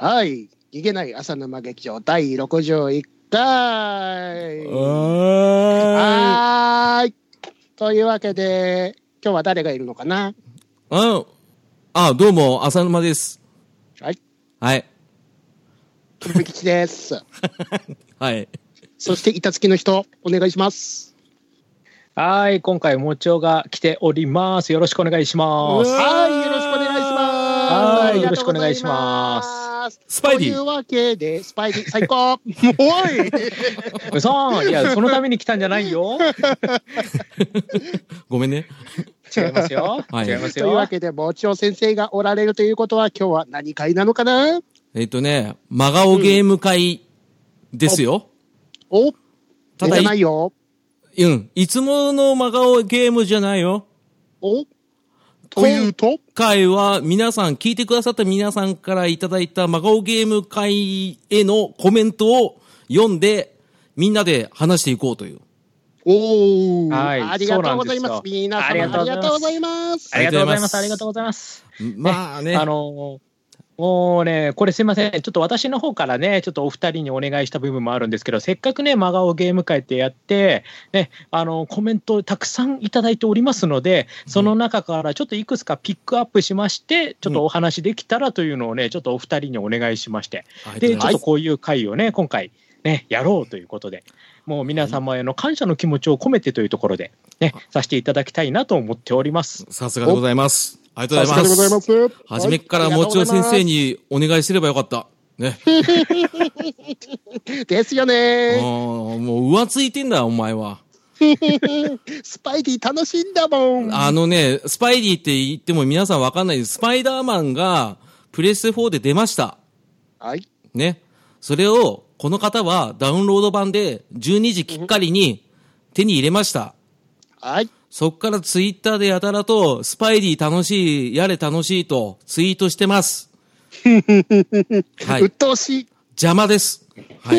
はい。逃げない朝沼劇場第61回。はい。というわけで、今日は誰がいるのかな？ どうも、浅沼です。 はい。 はい。 とめきちです。 はい。 そして、板付きの人、お願いします。 はい。今回、もちおが来ております。よろしくお願いします。 はい。よろしくお願いします。 はい。よろしくお願いします。 スパイディ。 というわけで、スパイディ最高。おい。そう、いや、そのために来たんじゃないよ。 ごめんね。 違いますよ。 はい、 違いますよ。 というわけで、もちお先生がおられるということは、今日は何会なのかな？ 真顔ゲーム会ですよ。 ただじゃないよ。 いつもの真顔ゲームじゃないよ。 というと？ 今回は皆さん、聞いてくださった皆さんからいただいた真顔ゲーム会へのコメントを読んで、みんなで話していこうという。 はい。 ありがとうございます。皆様ありがとうございます。 ありがとうございます。ありがとうございます。 まあね。 もうね、これすいません。ちょっと私の方からね、ちょっとお二人にお願いした部分もあるんですけど、せっかくね、真顔ゲーム会ってやって、ね、コメントたくさんいただいておりますので、その中からちょっといくつかピックアップしまして、ちょっとお話できたらというのをね、ちょっとお二人にお願いしまして、で、ちょっとこういう会をね、今回、ね、やろうということで、もう皆様への感謝の気持ちを込めてというところで、ね、させていただきたいなと思っております。 さすがでございます。ありがとうございます。初めからもちお先生にお願いすればよかった。ね。 ですよね。 もう浮ついてんだ、お前は。 スパイディ楽しいんだもん。 スパイディって言っても皆さんわかんないです。スパイダーマンがプレステ4で出ました。 はい。 ね。それを、この方はダウンロード版で12時きっかりに手に入れました。 はい。 そっからツイッターでやたらと、スパイディ楽しい、やれ楽しいとツイートしてます。 はい。鬱陶しい。 邪魔です。はい。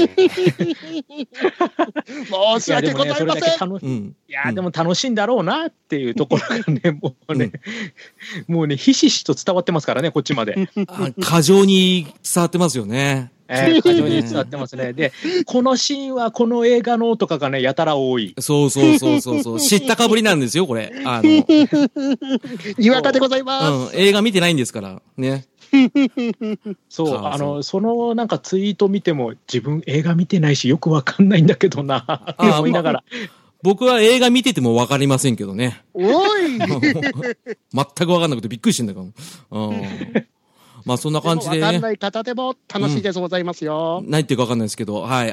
申し訳ございません。 いや、でも楽しいんだろうなっていうところがね、もうね、ひしひしと伝わってますからね、こっちまで。 過剰に伝わってますよね。 過剰に伝わってますね。で、このシーンはこの映画のとかがね、やたら多い。 そう。知ったかぶりなんですよ、これ。 にわかでございます。 映画見てないんですから、ね。 そう、そのなんかツイート見ても、自分映画見てないし、よくわかんないんだけどな、と思いながら。 僕は映画見ててもわかりませんけどね。 おい全くわかんなくてびっくりしてんだから。まあそんな感じでね。 わかんない方でも楽しいでございますよ。 何言ってるかわかんないですけど、はい。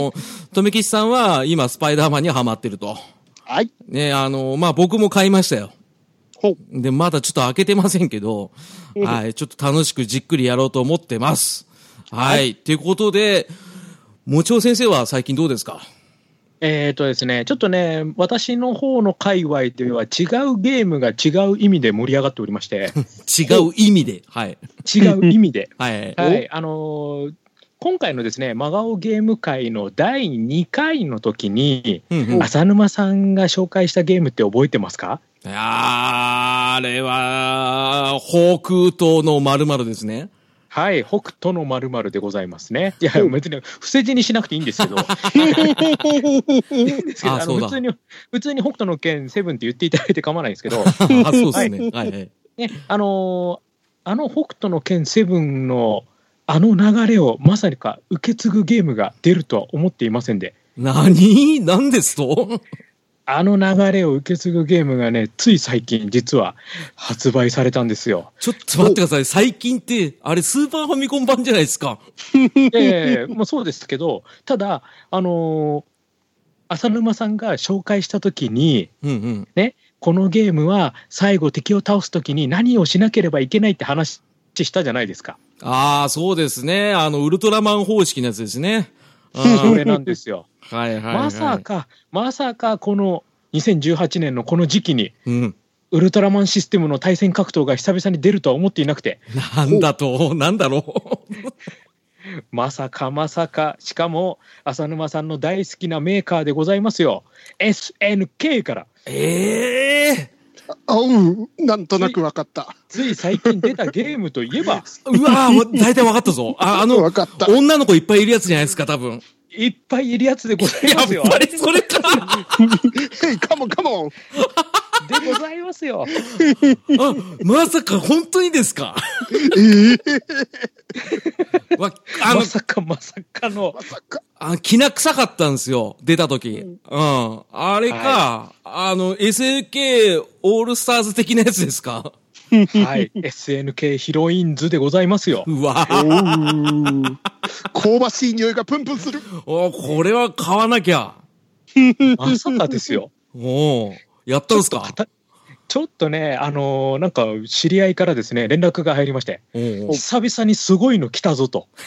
とめきちさんは今スパイダーマンにハマってると。 はい。 ね、まあ僕も買いましたよ。で、まだちょっと開けてませんけど、はい。ちょっと楽しくじっくりやろうと思ってます。はい。ということで、もちお先生は最近どうですか？ ですね、ちょっとね、私の方の界隈では違うゲームが違う意味で盛り上がっておりまして。 違う意味で。はい。 違う意味で。 はい。 はい。今回のですね、真顔ゲーム会の第2回の時に、浅沼さんが紹介したゲームって覚えてますか？ あれは、北斗の〇〇ですね。 はい、北斗の〇〇でございますね。いや、別に伏せ字にしなくていいんですけど。普通に北斗の拳7って言っていただいて構わないんですけど。 そうですね。はい。ね、 北斗の拳7の流れをまさにか受け継ぐゲームが出るとは思っていませんで。 何ですと？ 流れを受け継ぐゲームがね、つい最近実は発売されたんですよ。 ちょっと待ってください。最近って、あれスーパーファミコン版じゃないですか。 まあそうですけど、ただ、浅沼さんが紹介したときに、ね、このゲームは最後敵を倒すときに何をしなければいけないって話したじゃないですか。 ああ、そうですね。ウルトラマン方式のやつですね。 それなんですよ。 はい。 まさかこの2018年のこの時期に、ウルトラマンシステムの対戦格闘が久々に出るとは思っていなくて。 なんだろう。 まさか、しかも浅沼さんの大好きなメーカーでございますよ。SNK から。 なんとなく分かった。 つい最近出たゲームといえば。 うわぁ、大体分かったぞ。分かった。女の子いっぱいいるやつじゃないですか、多分。 いっぱいいるやつでございますよ。 やっぱりそれか。 カモンカモン。 でございますよ。 まさか本当にですか？ まさかの。 きな臭かったんですよ、出た時。あれか、SNK オールスターズ的なやつですか？ はい。SNK ヒロインズでございますよ。 うわ香ばしい匂いがプンプンする。 これは買わなきゃ。 まさかですよ。 やったんすか？ ちょっとね、なんか知り合いからですね、連絡が入りまして、久々にすごいの来たぞと。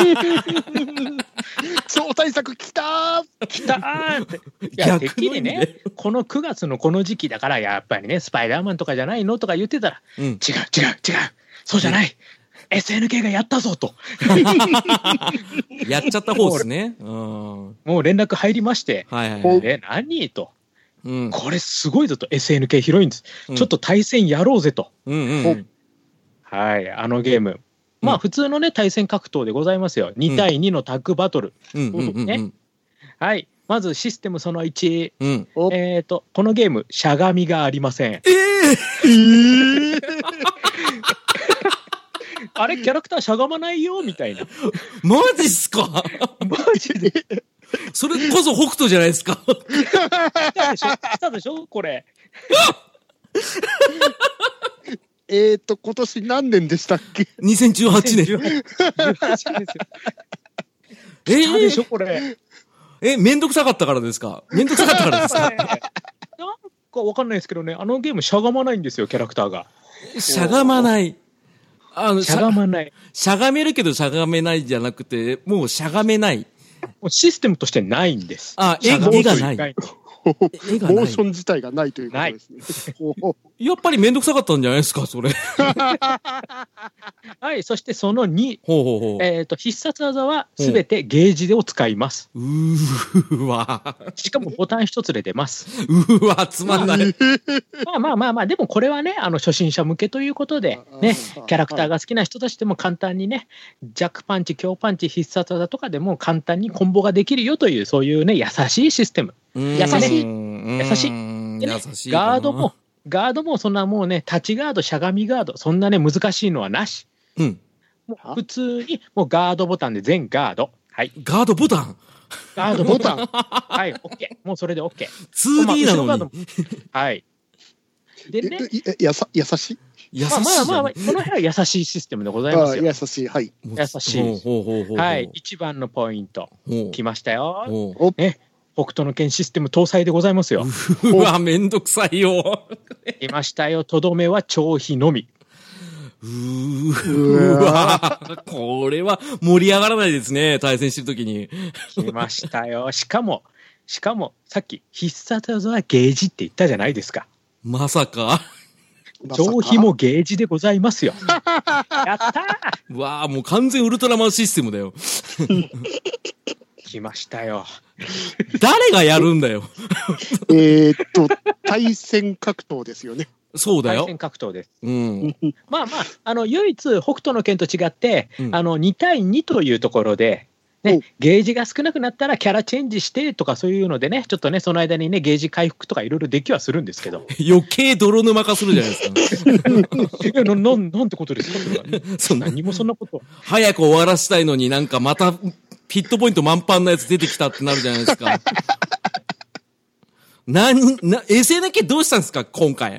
超大作来たーって。いや、てっきりね、この9月のこの時期だから、やっぱりね、スパイダーマンとかじゃないのとか言ってたら、違う、そうじゃない。SNK がやったぞと。 やっちゃった方ですね。 もう連絡入りまして、何と。これすごいぞと、SNK ヒロインズ、ちょっと対戦やろうぜと。はい、あのゲーム。まあ普通のね、対戦格闘でございますよ。2対2のタッグバトル。はい。まずシステムその1。このゲーム、しゃがみがありません。あれキャラクターしゃがまないよみたいな。 マジっすか？ マジで。 それこそ北斗じゃないですか。 来たでしょこれ。 今年何年でしたっけ ？2018年。 18ですよ。来たでしょこれ。 めんどくさかったからですか？めんどくさかったからですか？ なんかわかんないですけどね、あのゲームしゃがまないんですよ、キャラクターが。 しゃがまない。 しゃがまない。 しゃがめるけどしゃがめないじゃなくて、もうしゃがめない。 もうシステムとしてないんです。 絵がない。 モーション自体がないということですね。 やっぱりめんどくさかったんじゃないですか、それ。 はい、そしてその2、必殺技はすべてゲージを使います。しかもボタン一つで出ます。 つまんない。 まあ、でもこれはね、初心者向けということで、ね、キャラクターが好きな人たちでも簡単にね、弱パンチ、強パンチ、必殺技とかでも簡単にコンボができるよという、そういうね、優しいシステム。優しい。ガードもそんなもうね、立ちガード、しゃがみガード、そんなね、難しいのはなし。もう普通に、もうガードボタンで全ガード。はい。 ガードボタンはい、OK。もうそれで OK。 2D なのに。 はい。でね。 優しいまあ、この辺は優しいシステムでございますよ。 優しい、はい。 優しい。はい。一番のポイント。来ましたよ。ね。北斗の拳システム搭載でございますよ。 めんどくさいよ。 来ましたよ。とどめは長飛のみ。 これは盛り上がらないですね。対戦してるときに。 来ましたよ。しかも、さっき必殺技はゲージって言ったじゃないですか。 まさか。 長飛もゲージでございますよ。やったー！もう完全ウルトラマンシステムだよ。 来ましたよ。 誰がやるんだよ。 対戦格闘ですよね。 そうだよ。 対戦格闘です。まあ、唯一北斗の拳と違って、2対2というところで、ね、ゲージが少なくなったらキャラチェンジしてとかそういうのでね、ちょっとね、その間にね、ゲージ回復とかいろいろできはするんですけど。 余計泥沼化するじゃないですか。 いや、なんてことですか？何もそんなこと。 早く終わらせたいのになんかまた、ヒットポイント満帆なやつ出てきたってなるじゃないですか。SNK どうしたんですか今回。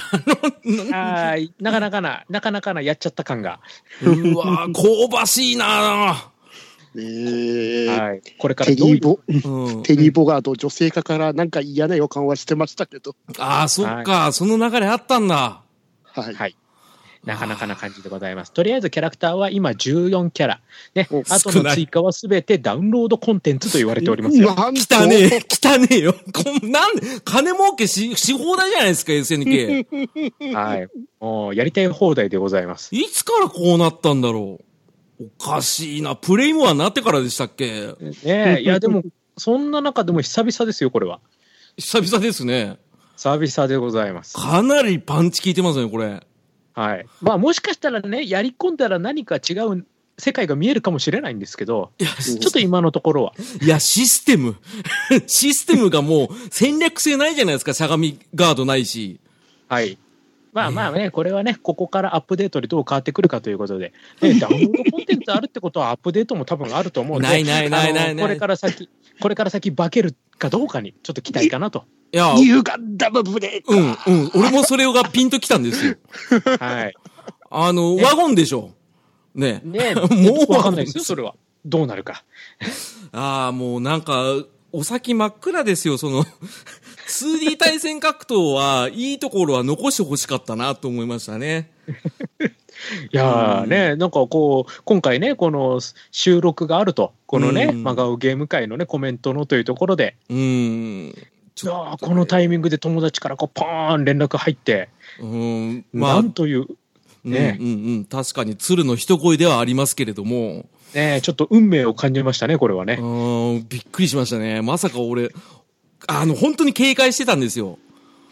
なかなかなやっちゃった感が。 香ばしいなはい。これからテリーボガード女性化からなんか嫌な予感はしてましたけど。 そっか、その流れあったんだ。 はい。なかなかな感じでございます。とりあえずキャラクターは今14キャラ。ね。あとの追加はすべてダウンロードコンテンツと言われておりますよ。 汚ねえよ。なんで、金儲けし放題じゃないですか、SNK。 はい。もうやりたい放題でございます。 いつからこうなったんだろう。おかしいな。プレイモアになってからでしたっけ？ ねえ。いや、でも、そんな中でも久々ですよ、これは。 久々ですね。 久々でございます。 かなりパンチ効いてますね、これ。 はい。まあもしかしたらね、やり込んだら何か違う世界が見えるかもしれないんですけど、ちょっと今のところは。 いや、システムがもう戦略性ないじゃないですか、しゃがみガードないし。 はい。まあまあね、これはね、ここからアップデートでどう変わってくるかということで、ダウンロードコンテンツあるってことはアップデートも多分あると思うんで、これから先化けるかどうかにちょっと期待かなと。 いや、 ニューガンダムブレーカー。 俺もそれがピンときたんですよ。 はい。 ワゴンでしょ。ね。 ね、 もうわかんないですよ、それは。どうなるか。 もうなんか、お先真っ暗ですよ、2D 対戦格闘はいいところは残してほしかったなと思いましたね。 いやーね、なんかこう、今回ね、この収録があると、このね、真顔ゲーム界のね、コメントのというところで、このタイミングで友達からこう、ポーン連絡入って、なんという、ね。 確かに鶴の一声ではありますけれども。 ね、ちょっと運命を感じましたね、これはね。 びっくりしましたね。まさか俺、本当に警戒してたんですよ。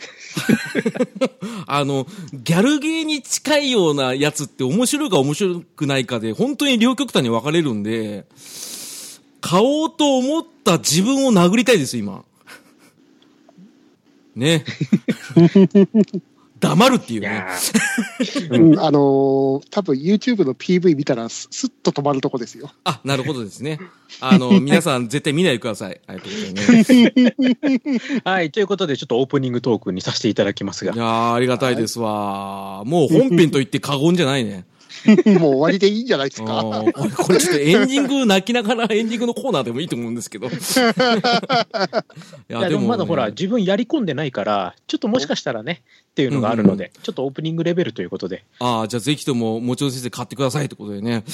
ギャルゲーに近いようなやつって面白いか面白くないかで、本当に両極端に分かれるんで、買おうと思った自分を殴りたいです、今。ね。黙るっていうね。 多分 YouTube の PV 見たらスッと止まるとこですよ。 あ、なるほどですね。皆さん絶対見ないでください。はい、 ということでちょっとオープニングトークにさせていただきますが。 いやー、ありがたいですわ。もう本編と言って過言じゃないね。 もう終わりでいいんじゃないですか。 これちょっとエンディング泣きながらエンディングのコーナーでもいいと思うんですけど。いやでもまだほら自分やり込んでないからちょっともしかしたらねっていうのがあるので、ちょっとオープニングレベルということで。 じゃあぜひとももちろん先生買ってくださいってことでね。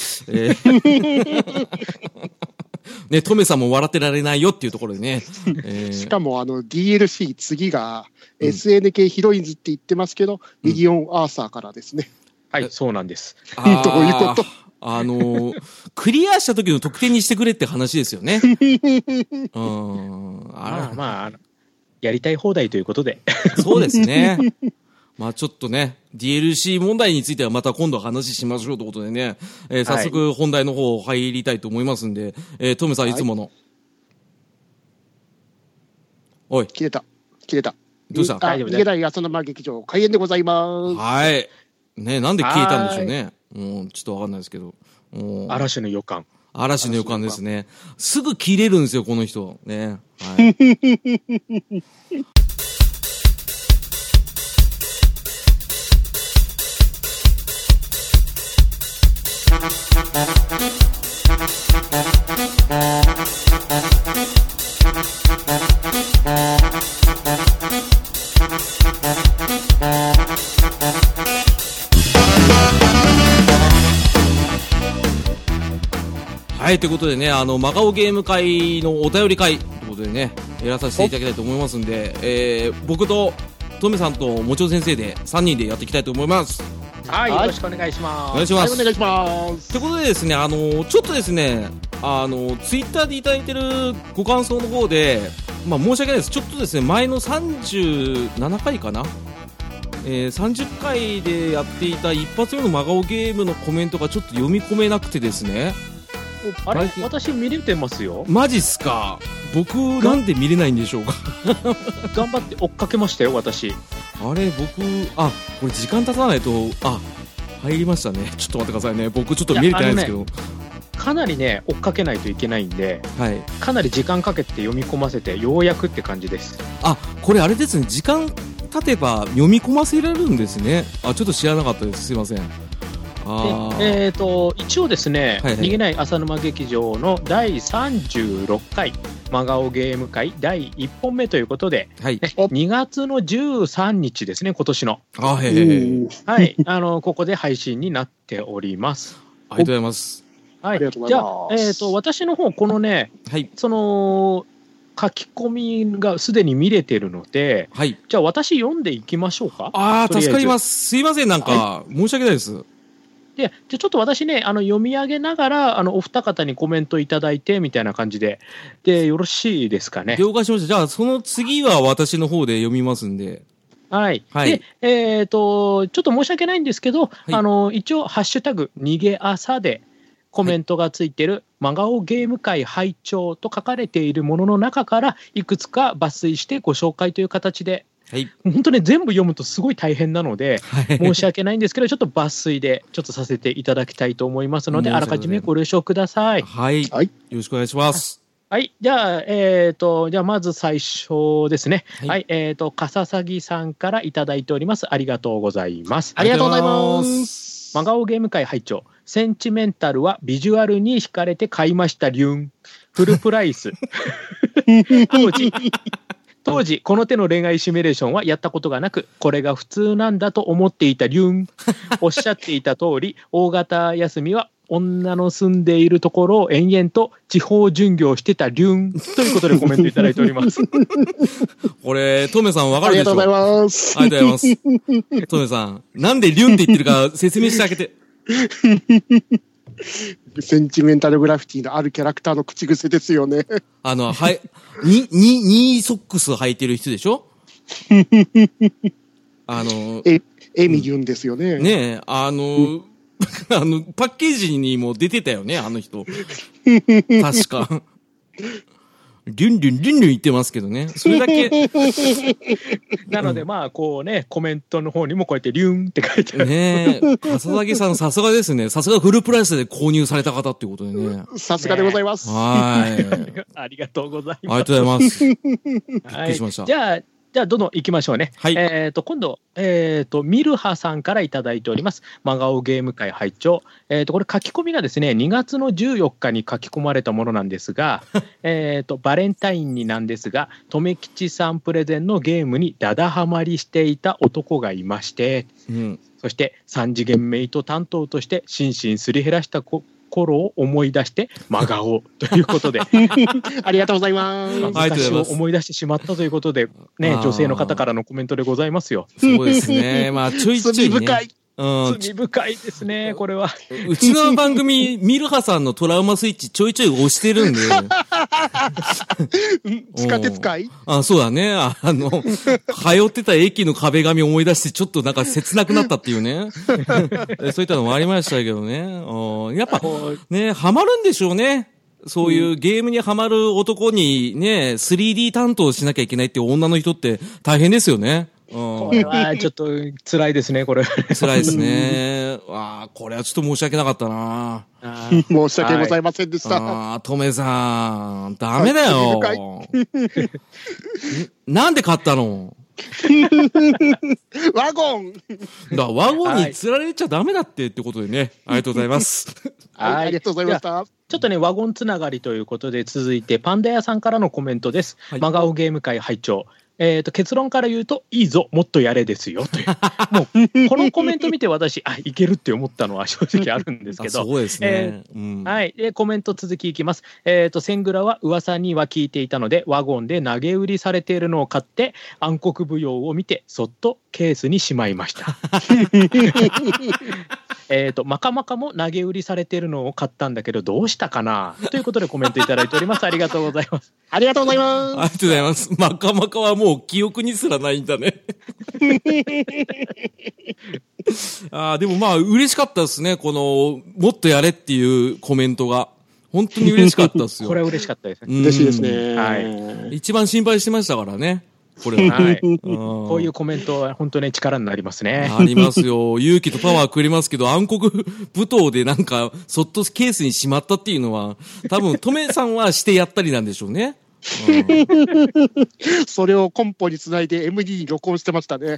ね、トメさんも笑ってられないよっていうところでね。 しかもDLC 次が SNK ヒロインズって言ってますけど、ミリオンアーサーからですね。はい、 そうなんです。 どういうこと？ クリアした時の得点にしてくれって話ですよね。 まあ、やりたい放題ということで。 そうですね。まあちょっとね、DLC 問題についてはまた今度話しましょうということでね、早速本題の方入りたいと思いますんで、トメさんいつもの。おい。 切れた。 どうした？ 逃げない朝生劇場開演でございます。 はい。ね、なんで消えたんでしょうね。ちょっとわかんないですけど。 嵐の予感。 嵐の予感ですね。すぐ切れるんですよ、この人。ね。はい。はい、ということでね、真顔ゲーム会のお便り会ということでね、やらさせていただきたいと思いますんで、僕とトメさんともちろ先生で3人でやっていきたいと思います。 はい、よろしくお願いします。 お願いします。 お願いします。 ということでですね、ちょっとですね、ツイッターでいただいてるご感想の方で、まあ申し訳ないです。ちょっとですね、前の37回かな。30回でやっていた一発目の真顔ゲームのコメントがちょっと読み込めなくてですね。 あれ、私見れてますよ。 マジっすか。僕なんで見れないんでしょうか。 頑張って追っかけましたよ、私。 あれ、僕これ時間経たないと入りましたね。ちょっと待ってくださいね。僕ちょっと見れてないんですけど、 かなりね追っかけないといけないんで、 はい、 かなり時間かけて読み込ませてようやくって感じです。 これあれですね、時間経てば読み込ませられるんですね。ちょっと知らなかったです。すいません。 一応ですね、逃げない浅沼劇場の第36回真顔ゲーム会第1本目ということで、2月の13日ですね、今年の。はい、ここで配信になっております。 ありがとうございます。 はい、 じゃあ、私の方このね、その書き込みがすでに見れてるので、じゃあ私読んでいきましょうか。 助かります。すいません、なんか、申し訳ないです。 じゃあちょっと私ね、読み上げながら、お二方にコメントいただいて、みたいな感じで、よろしいですかね。 了解しました。じゃあ、その次は私の方で読みますんで。 はい。 はい。 で、ちょっと申し訳ないんですけど、 はい、 一応、ハッシュタグ、逃げ朝でコメントがついてる、真顔ゲーム会拝聴と書かれているものの中から、いくつか抜粋してご紹介という形で、 はい、 本当ね、全部読むとすごい大変なので、申し訳ないんですけど、ちょっと抜粋でちょっとさせていただきたいと思いますので、あらかじめご了承ください。 はい。はい。よろしくお願いします。 はい。じゃあ、じゃあ、まず最初ですね。はい。笠崎さんからいただいております。ありがとうございます。 ありがとうございます。 真顔ゲーム会拝聴。センチメンタルはビジュアルに惹かれて買いました、リュン。フルプライス。当時、この手の恋愛シミュレーションはやったことがなく、これが普通なんだと思っていたリュン。おっしゃっていた通り、大型休みは女の住んでいるところを延々と地方巡業してたリュンということでコメントいただいております。 これ、トメさんわかるでしょ？ ありがとうございます。 ありがとうございます。トメさん、なんでリュンって言ってるか説明してあげて。 センチメンタルグラフィティのあるキャラクターの口癖ですよね。 ニーソックス履いてる人でしょ？ エミリュンですよね。 ねえ、パッケージにも出てたよね、あの人。確か。リュンリュンリュンリュン言ってますけどね。それだけ。 なので、まあ、こうね、コメントの方にもこうやってリュンって書いてある。 ねえ。笠崎さんさすがですね。さすがフルプライスで購入された方っていうことでね。 さすがでございます。 はい。 ありがとうございます。 ありがとうございます。びっくりしました。 じゃあ、どんどん行きましょうね。 はい。 今度、ミルハさんからいただいております。真顔ゲーム会拝聴。これ書き込みがですね、2月の14日に書き込まれたものなんですが、バレンタインになんですが、留吉さんプレゼンのゲームにダダハマりしていた男がいまして、そして3次元メイト担当として心身すり減らした頃を思い出して真顔ということでありがとうございます。 昔を思い出してしまったということでね、女性の方からのコメントでございますよ。 そうですね。まあちょいちょい、ね、 罪深い。 罪深いですね、これは。 うちの番組、ミルハさんのトラウマスイッチちょいちょい押してるんで。 地下鉄かい？ そうだね。通ってた駅の壁紙思い出してちょっとなんか切なくなったっていうね。そういったのもありましたけどね。やっぱ、ね、ハマるんでしょうね。そういうゲームにハマる男にね、3D 担当しなきゃいけないっていう女の人って大変ですよね。 これはちょっと辛いですね、これ。 辛いですね。これはちょっと申し訳なかったな。 申し訳ございませんでした。 トメさん、ダメだよ。なんで買ったの？ ワゴン。 ワゴンに釣られちゃダメだってことでね。ありがとうございます。 ありがとうございました。 ちょっとね、ワゴンつながりということで続いて、パンダ屋さんからのコメントです。真顔ゲーム会拝聴。結論から言うと、いいぞ、もっとやれですよ、という。もう、このコメント見て私、いけるって思ったのは正直あるんですけど。 そうですね。 はい。コメント続きいきます。セングラは噂には聞いていたので、ワゴンで投げ売りされているのを買って、暗黒舞踊を見て、そっとケースにしまいました。マカマカも投げ売りされているのを買ったんだけど、どうしたかなということでコメントいただいております。ありがとうございます。 ありがとうございます。 ありがとうございます。マカマカはもう記憶にすらないんだね。でもまあ嬉しかったですね。この、もっとやれっていうコメントが。本当に嬉しかったですよ。 これは嬉しかったですね。 嬉しいですね。 はい。 一番心配してましたからね。これは。 はい。こういうコメントは本当に力になりますね。 ありますよ。勇気とパワーくれますけど、暗黒舞踏でなんか、そっとケースにしまったっていうのは、多分、トメさんはしてやったりなんでしょうね。 それをコンポにつないで MD に録音してましたね。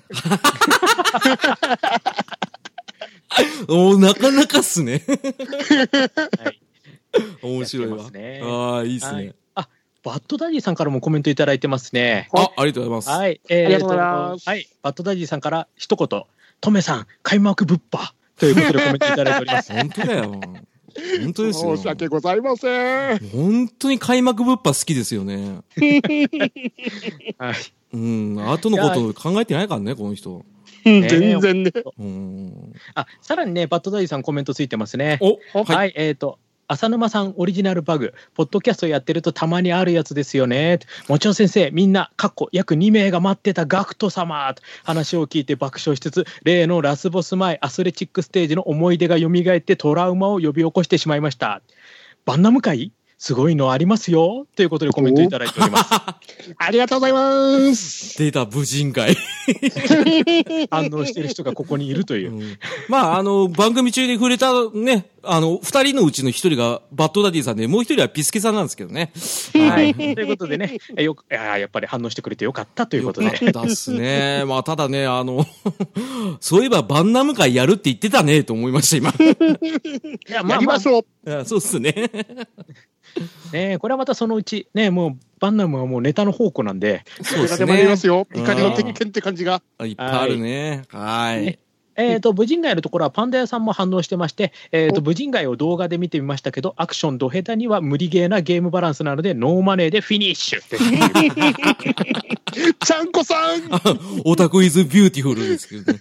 なかなかっすね。 はい。 面白いわ。いいっすね。 バッドダディさんからもコメントいただいてますね。 ありがとうございます。 はい。 ありがとうございます。 はい。バッドダディさんから一言、トメさん、開幕ぶっぱということでコメントいただいております。 本当だよ。本当ですよ。 申し訳ございません。 本当に開幕ぶっぱ好きですよね。 はい。 後のこと考えてないからね、この人。 全然ね。 さらにね、バッドダディさんコメントついてますね。 はい。 浅沼さんオリジナルバグ、ポッドキャストやってるとたまにあるやつですよね。もちろん先生、みんな、約2名が待ってたガクト様と話を聞いて爆笑しつつ、例のラスボス前アスレチックステージの思い出が蘇ってトラウマを呼び起こしてしまいました。バンナム会すごいのありますよということでコメントいただいております。 ありがとうございます。 出た、無人会。 反応してる人がここにいるという。 まあ、番組中に触れたね、二人のうちの一人がバッドダディさんで、もう一人はピスケさんなんですけどね。 はい。ということでね、やっぱり反応してくれてよかったということで。よかったっすね。まあ、ただね、そういえばバンナム会やるって言ってたね、と思いました、今。 やりましょう。そうっすね。 ね、これはまたそのうち、ね、もう、バンナムはもうネタの宝庫なんで。 そうですね。ありますよ。怒りの鉄拳って感じが。 いっぱいあるね。はい。 無人街のところはパンダ屋さんも反応してまして、無人街を動画で見てみましたけど、アクションド下手には無理ゲーなゲームバランスなので、ノーマネーでフィニッシュ。 ちゃんこさんオタクイズビューティフルですけどね。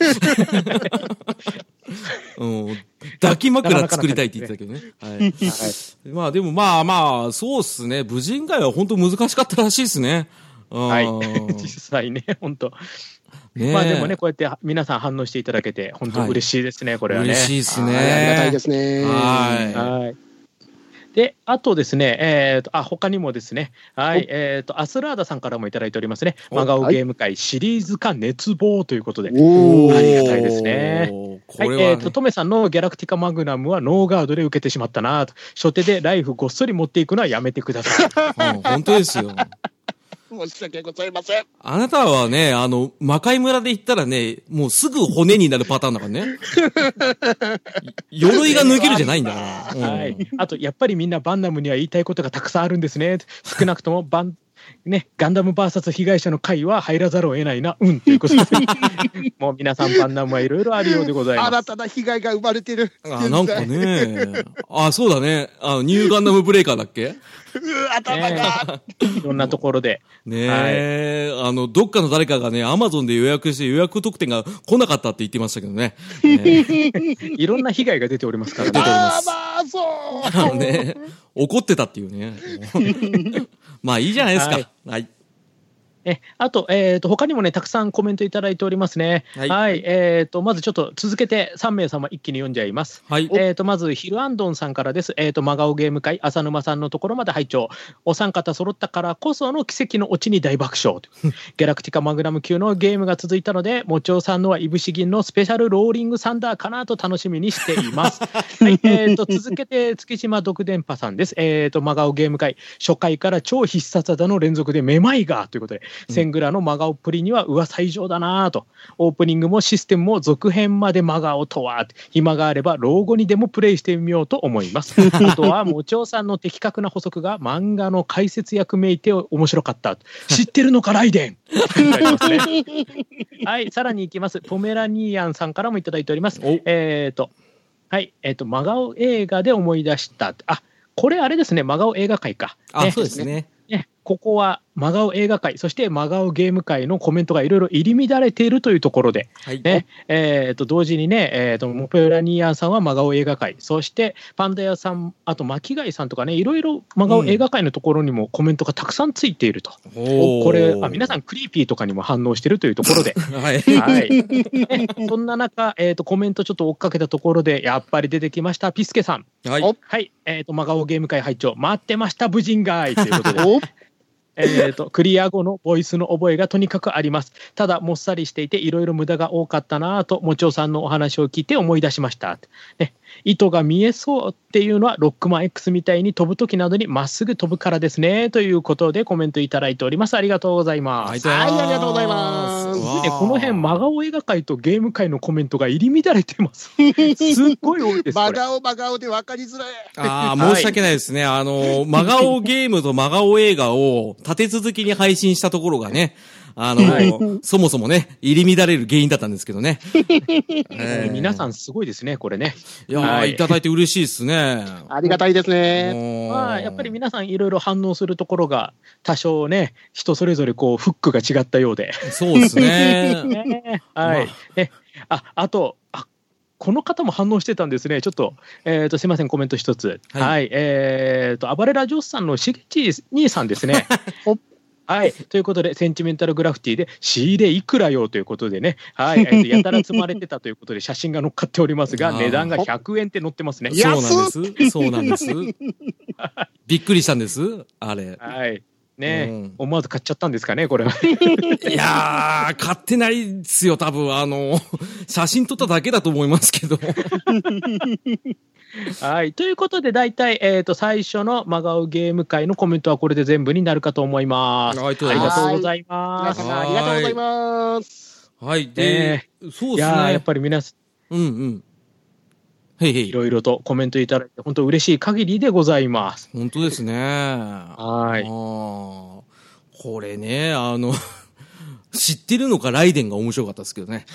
抱き枕作りたいって言ってたけどね。はい。まあでもまあ、そうっすね。無人街は本当難しかったらしいですね。 はい。実際ね、本当。まあでもね、こうやって皆さん反応していただけて、本当嬉しいですね、これはね。 嬉しいですね。 ありがたいですね。 はい。 で、あとですね、他にもですね、はい、アスラーダさんからもいただいておりますね。真顔ゲーム会シリーズ化熱望ということで、ありがたいですね。はい、トメさんのギャラクティカマグナムはノーガードで受けてしまったなと。初手でライフごっそり持っていくのはやめてください。 本当ですよ。 申し訳ございません。 あなたはね、魔界村で行ったらね、もうすぐ骨になるパターンだからね。鎧が脱げるじゃないんだから。 はい。あと、やっぱりみんなバンナムには言いたいことがたくさんあるんですね。少なくともガンダム VS 被害者の会は入らざるを得ないな、ということで。もう皆さんバンナムはいろいろあるようでございます。 新たな被害が生まれてる。 なんかね。そうだね。ニューガンダムブレーカーだっけ？ 頭が。 いろんなところで。 ねえ、どっかの誰かがね、アマゾンで予約して予約特典が来なかったって言ってましたけどね。 いろんな被害が出ておりますからね。出ております。 そう。 ね、怒ってたっていうね。まあいいじゃないですか。はい。 あと、他にもね、たくさんコメントいただいておりますね。はい。まずちょっと続けて3名様一気に読んじゃいます。 はい。 まず、ヒルアンドンさんからです。真顔ゲーム会、浅沼さんのところまで拝聴。お三方揃ったからこその奇跡のオチに大爆笑。ギャラクティカマグナム級のゲームが続いたので、もちおさんのはいぶし銀のスペシャルローリングサンダーかなと楽しみにしています。はい。続けて、月島独電波さんです。真顔ゲーム会、初回から超必殺技の連続でめまいがということで、セングラの真顔プリには噂以上だなと。オープニングもシステムも続編まで真顔とは。暇があれば老後にでもプレイしてみようと思います。あとはもちおさんの的確な補足が漫画の解説役めいて面白かった。知ってるのかライデンはい、さらにいきます。ポメラニアンさんからもいただいております。はい、真顔映画で思い出した。これあれですね、真顔映画会か。 そうですね。 ここは真顔映画界、そして真顔ゲーム界のコメントがいろいろ入り乱れているというところで、ね、同時にね、モペラニーアンさんは真顔映画界、そしてパンダ屋さん、あと巻貝さんとかね、いろいろ真顔映画界のところにもコメントがたくさんついていると。これ、皆さんクリーピーとかにも反応しているというところで、そんな中、コメントちょっと追っかけたところで、やっぱり出てきました、ピスケさん。はい。真顔ゲーム界拝聴待ってました、無人街ということで。クリア後のボイスの覚えがとにかくあります。ただもっさりしていていろいろ無駄が多かったなぁともちおさんのお話を聞いて思い出しました、ね、糸が見えそうっていうのはロックマン X みたいに飛ぶ時などにまっすぐ飛ぶからですねということでコメントいただいております。ありがとうございます。 はい、ありがとうございます。 この辺真顔映画界とゲーム界のコメントが入り乱れてます。すっごい多いです。 真顔で分かりづらい。 申し訳ないですね。真顔ゲームと真顔映画を立て続きに配信したところがね、 そもそもね、入り乱れる原因だったんですけどね。 皆さんすごいですね、これね。 いやー、いただいて嬉しいですね。 ありがたいですね。 まあ、やっぱり皆さんいろいろ反応するところが、多少ね、人それぞれこう、フックが違ったようで。 そうですね。 はい。あと、この方も反応してたんですね。ちょっと、すいません、コメント一つ。はい。暴れラジオスさんのしげち兄さんですね。はい。ということで、センチメンタルグラフィティで仕入れいくらよということでね。はい。やたら積まれてたということで、写真が載っかっておりますが、値段が100円って載ってますね。 そうなんです。びっくりしたんです。あれ。 はい。ね、思わず買っちゃったんですかね、これは。 いやー、買ってないですよ、多分。写真撮っただけだと思いますけど。 はい。ということで、大体、最初の真顔ゲーム会のコメントはこれで全部になるかと思います。ありがとうございます。 皆様ありがとうございます。 はい。で、そうですね。 やっぱり皆さん。 いろいろとコメントいただいて、本当嬉しい限りでございます。 本当ですね。 はい。 これね、知ってるのかライデンが面白かったですけどね。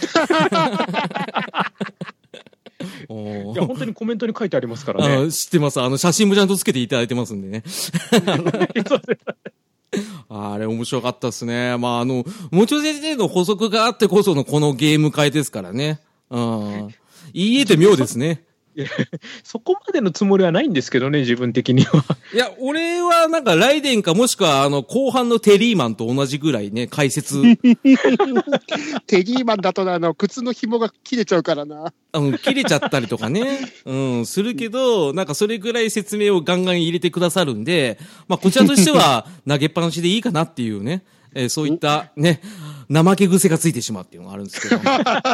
いや、本当にコメントに書いてありますからね。 知ってます。写真もちゃんとつけていただいてますんでね。あれ面白かったですね。まあ、もちろん先生の補足があってこそのこのゲーム会ですからね。いいえって妙ですね。 そこまでのつもりはないんですけどね、自分的には。 いや、俺はなんかライデンかもしくは後半のテリーマンと同じぐらいね、解説。 テリーマンだと靴の紐が切れちゃうからな。 切れちゃったりとかね。するけど、なんかそれぐらい説明をガンガン入れてくださるんで、まあこちらとしては投げっぱなしでいいかなっていうね、そういったね、怠け癖がついてしまうっていうのがあるんですけど。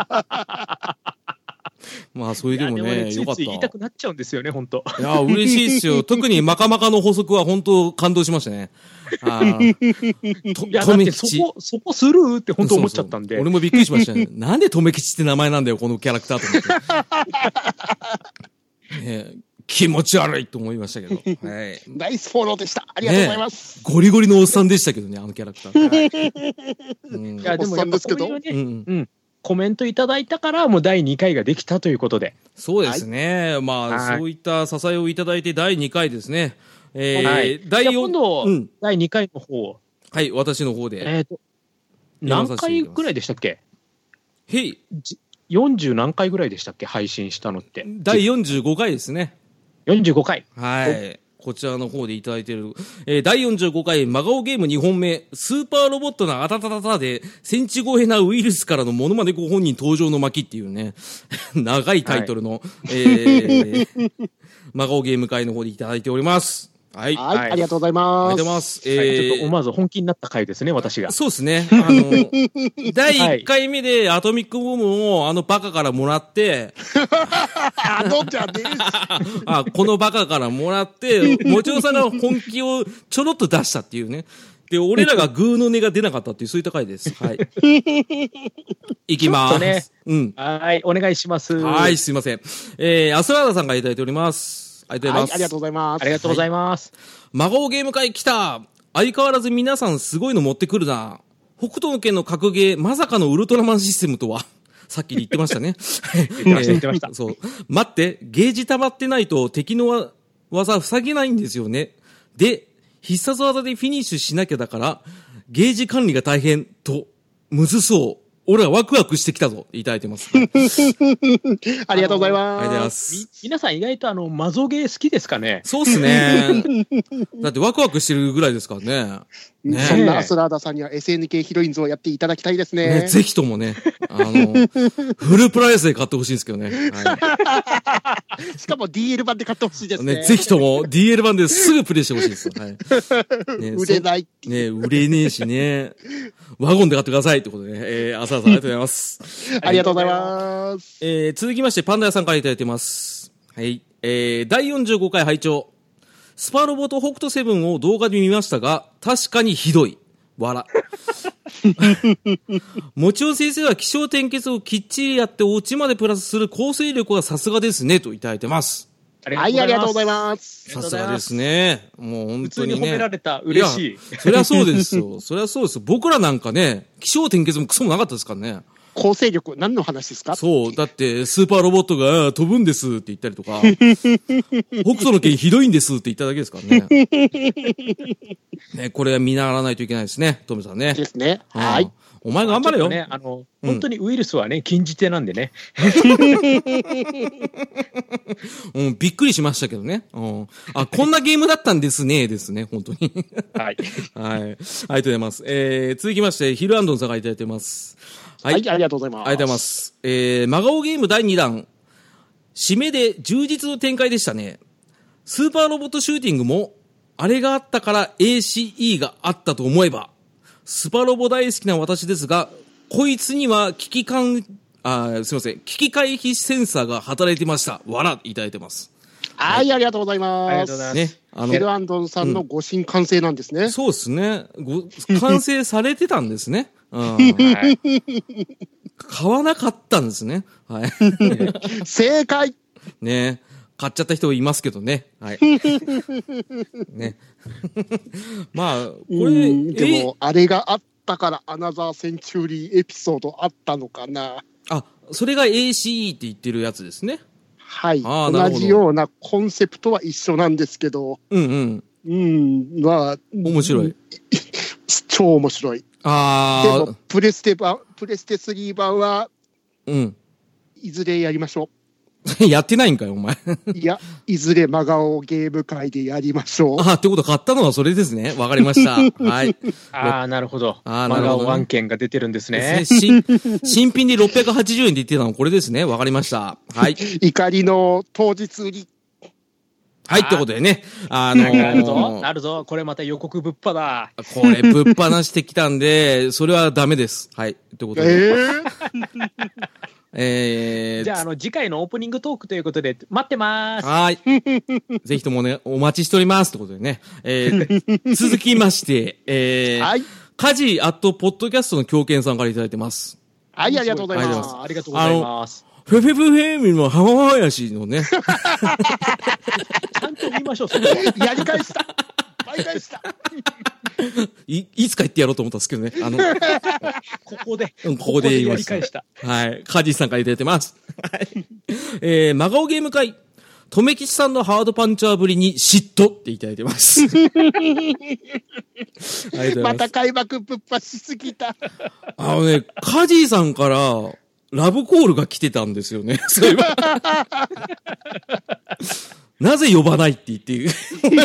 まあ、それでもね、よかった。 つい言いたくなっちゃうんですよね、本当。 いや、嬉しいですよ。特にマカマカの補足は本当感動しましたね。 いや、だってそこスルーって本当思っちゃったんで。 俺もびっくりしましたね。なんで留吉って名前なんだよ、このキャラクターと思って。ね、気持ち悪いと思いましたけど。はい。 ナイスフォローでした。ありがとうございます。 ゴリゴリのおっさんでしたけどね、キャラクター。 いや、でもやっぱこういうね、コメントいただいたから、もう第2回ができたということで。 そうですね。まあ、そういった支えをいただいて第2回ですね。 今度、第2回の方。 はい、私の方で。 何回ぐらいでしたっけ？40何回ぐらいでしたっけ？配信したのって。 第45回ですね。 45回。 はい。こちらの方でいただいている、第45回真顔ゲーム2本目、スーパーロボットなあたたたたで、センチ超えなウイルスからのモノマネご本人登場の巻っていうね、長いタイトルの、真顔ゲーム会の方でいただいております。はい。 はい。ありがとうございます。 ありがとうございます。 ちょっと思わず本気になった回ですね、私が。 そうですね。第1回目でアトミックボムをバカからもらって、 じゃねえこのバカからもらって、もちろんさんが本気をちょろっと出したっていうね。で、俺らがグーの音が出なかったっていう、そういった回です。はい。いきまーす。 はい、お願いします。 はい、すいません。アスラーダさんがいただいております。ありがとうございます。 ありがとうございます。 ありがとうございます。 真顔ゲーム会来た。相変わらず皆さんすごいの持ってくるな。北斗の拳の格ゲー、まさかのウルトラマンシステムとは。さっき言ってましたね。 言ってました。 そう。待って、ゲージ溜まってないと敵の技塞げないんですよね。で、必殺技でフィニッシュしなきゃだから、ゲージ管理が大変と、むずそう。俺はワクワクしてきたぞいただいてます。 ありがとうございます。 ありがとうございます。 皆さん意外とマゾゲー好きですかね？ そうっすね。だってワクワクしてるぐらいですからね。 ね、そんなアスラーダさんには SNK ヒロインズをやっていただきたいですね。 ぜひともね、フルプライスで買ってほしいんですけどね。 はい、しかも DL 版で買ってほしいですね。 ぜひとも DL 版ですぐプレイしてほしいです。はい、 売れないってね、売れねえしね。ワゴンで買ってくださいってことで、アスラーダさんありがとうございます。 ありがとうございます。 続きましてパンダ屋さんからいただいてます。はい。第45回拝聴。スパロボと北斗セブンを動画で見ましたが、確かにひどい。笑。もちろん先生は起承転結をきっちりやってオチまでプラスする構成力はさすがですね、といただいてます。 はい、ありがとうございます。 さすがですね。もう本当にね。 普通に褒められた。嬉しい。 そりゃそうですよ。そりゃそうですよ。僕らなんかね、気象転結もクソもなかったですからね。 構成力、何の話ですか？ そう。だって、スーパーロボットが飛ぶんですって言ったりとか、北斗の拳ひどいんですって言っただけですからね。ね、これは見習わないといけないですね、トムさんね。 ですね。はい。 お前頑張れよ。 ね、本当にウイルスはね、禁じ手なんでね。 うん、びっくりしましたけどね。こんなゲームだったんですね、ですね、本当に。 はい。 はい。ありがとうございます。続きまして、ヒルアンドンさんがいただいてます。 はい、ありがとうございます。 ありがとうございます。真顔ゲーム第2弾。締めで充実の展開でしたね。スーパーロボットシューティングも、あれがあったから ACE があったと思えば、スパロボ大好きな私ですが、こいつには危機回避センサーが働いてました。笑いただいてます。 はい、ありがとうございます。 ありがとうございます。 ね、ヒルアンドンさんのご新完成なんですね。 そうですね。完成されてたんですね。はい、買わなかったんですね。はい。 正解ね。買っちゃった人いますけどね。はい。ね。まあ、これ、 でも、あれがあったから、アナザーセンチュリーエピソードあったのかな。 それが ACE って言ってるやつですね。 はい。同じようなコンセプトは一緒なんですけど。まあ。 面白い。 超面白い。でも、プレステ3版は、いずれやりましょう。 やってないんかよ、お前。 いや、いずれ真顔ゲーム会でやりましょう。 ってこと買ったのはそれですね。わかりました。はい。 なるほど。真顔案件が出てるんですね。 新品で680円で言ってたのこれですね。わかりました。はい。 怒りの当日売り。 はい、ってことでね。 なるぞ。これまた予告ぶっぱだ。 これぶっ放してきたんで、それはダメです。はい。ってことで。 じゃあ、次回のオープニングトークということで、待ってまーす。 はい。ぜひともね、お待ちしております。ってことでね。続きまして、 はい。 カジーポッドキャストの狂犬さんからいただいてます。 はい、ありがとうございます。 ありがとうございます。 フェフェフェーミの浜林のね。 ちゃんと言いましょう、それやり返した。倍返した。 いつか言ってやろうと思ったんですけどね。 ここで言いました。はい。カジーさんからいただいてます。はい。真顔ゲーム会。とめきちさんのハードパンチャーぶりに嫉妬っていただいてます。 また開幕ぶっぱしすぎた。 カジーさんからラブコールが来てたんですよね。そういえば。なぜ呼ばないって言っている。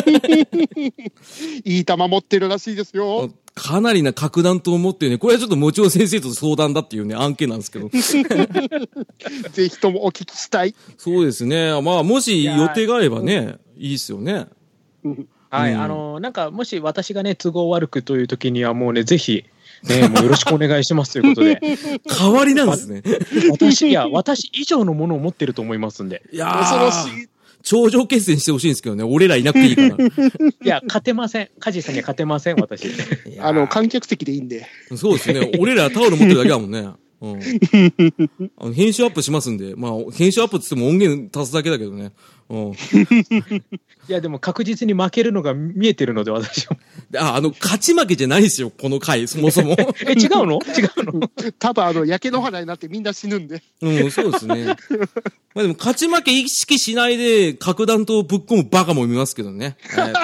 いい球持ってるらしいですよ。 かなりな格段と思ってね、これはちょっともちろん先生と相談だっていうね、案件なんですけど。ぜひともお聞きしたい。 そうですね。まあ、もし予定があればね、いいですよね。 はい。なんか、もし私がね、都合悪くという時にはもうね、ぜひ、ね、もうよろしくお願いしますということで。 代わりなんですね。 私以上のものを持ってると思いますんで。 いやー。恐ろしい。頂上決戦してほしいんですけどね。俺らいなくていいから。 いや、勝てません。カジさんには勝てません、私。 観客席でいいんで。 そうですね。俺らタオル持ってるだけだもんね。編集アップしますんで。まあ、編集アップって言っても音源足すだけだけどね。 いや、でも確実に負けるのが見えてるので、私は。 勝ち負けじゃないですよ、この回、そもそも。 違うの多分焼け野原になってみんな死ぬんで。 そうですね。まあでも、勝ち負け意識しないで、格段とぶっ込むバカも見ますけどね。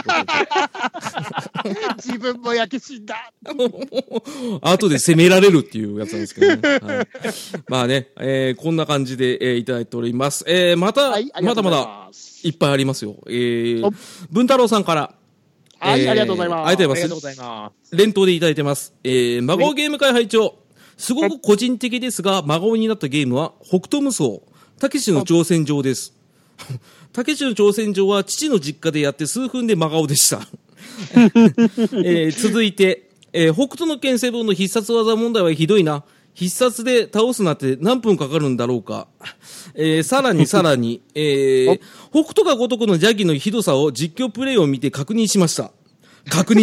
自分も焼け死んだ。 後で責められるっていうやつなんですけどね。はい、まあね、こんな感じで、いただいております。まだまだ、いっぱいありますよ。文太郎さんから。 はい、ありがとうございます。 ありがとうございます。連投でいただいてます。真顔ゲーム会拝聴。すごく個人的ですが、真顔になったゲームは、北斗無双、たけしの挑戦状です。たけしの挑戦状は父の実家でやって数分で真顔でした。続いて、北斗の拳7の必殺技問題はひどいな。必殺で倒すなって何分かかるんだろうか。さらに、北斗が如くの邪気のひどさを実況プレイを見て確認しました。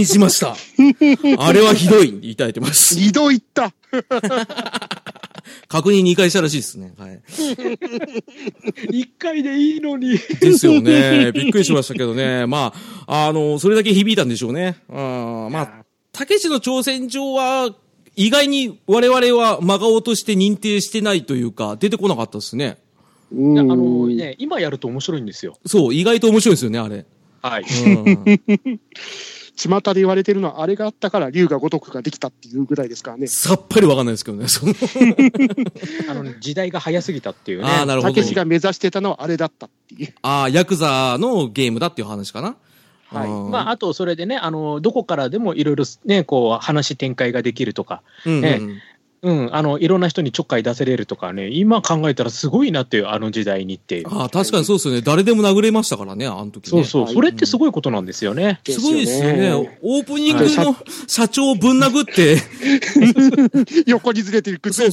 あれはひどい、いただいてます。 2度言った。 確認2回したらしいですね。はい。 1回でいいのに。 ですよね。びっくりしましたけどね。まあ、それだけ響いたんでしょうね。まあ、たけしの挑戦状は、意外に我々は真顔として認定してないというか、出てこなかったですね。 ね、今やると面白いんですよ。 そう、意外と面白いですよね、あれ。 はい。 巷で言われてるのは、あれがあったから龍が如くができたっていうぐらいですからね。 さっぱりわかんないですけどね。 時代が早すぎたっていうね。 ああ、なるほど。 たけしが目指してたのはあれだったっていう。 ああ、ヤクザのゲームだっていう話かな。 はい。まあ、あと、それでね、どこからでもいろいろね、こう、話展開ができるとか、いろんな人にちょっかい出せれるとかね、今考えたらすごいなっていう、あの時代にっていう。 ああ、確かにそうですよね。誰でも殴れましたからね、あの時ね。 そうそう。それってすごいことなんですよね。 すごいですよね。オープニングの社長をぶん殴って、 横にずれてるそう。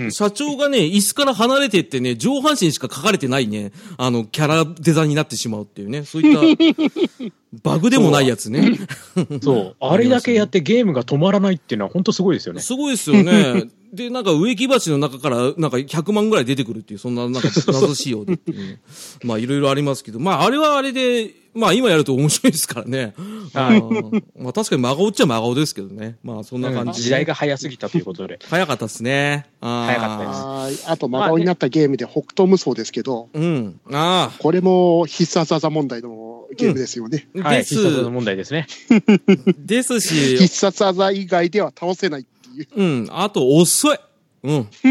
社長がね、椅子から離れてってね、上半身しか書かれてないね、キャラデザになってしまうっていうね、そういった、バグでもないやつね。 そう。あれだけやってゲームが止まらないっていうのは本当すごいですよね。 すごいですよね。で、なんか植木鉢の中からなんか100万ぐらい出てくるっていう、そんななんか謎仕様でっていうね。まあいろいろありますけど、まああれはあれで、まあ今やると面白いですからね。まあ確かに真顔っちゃ真顔ですけどね。まあそんな感じ、 時代が早すぎたということで。 早かったですね。 早かったです。 あと真顔になったゲームで北斗無双ですけど、これも必殺技問題のゲームですよね。 はい、必殺技問題ですね。 ですし、 必殺技以外では倒せないっていう。 あと遅い。と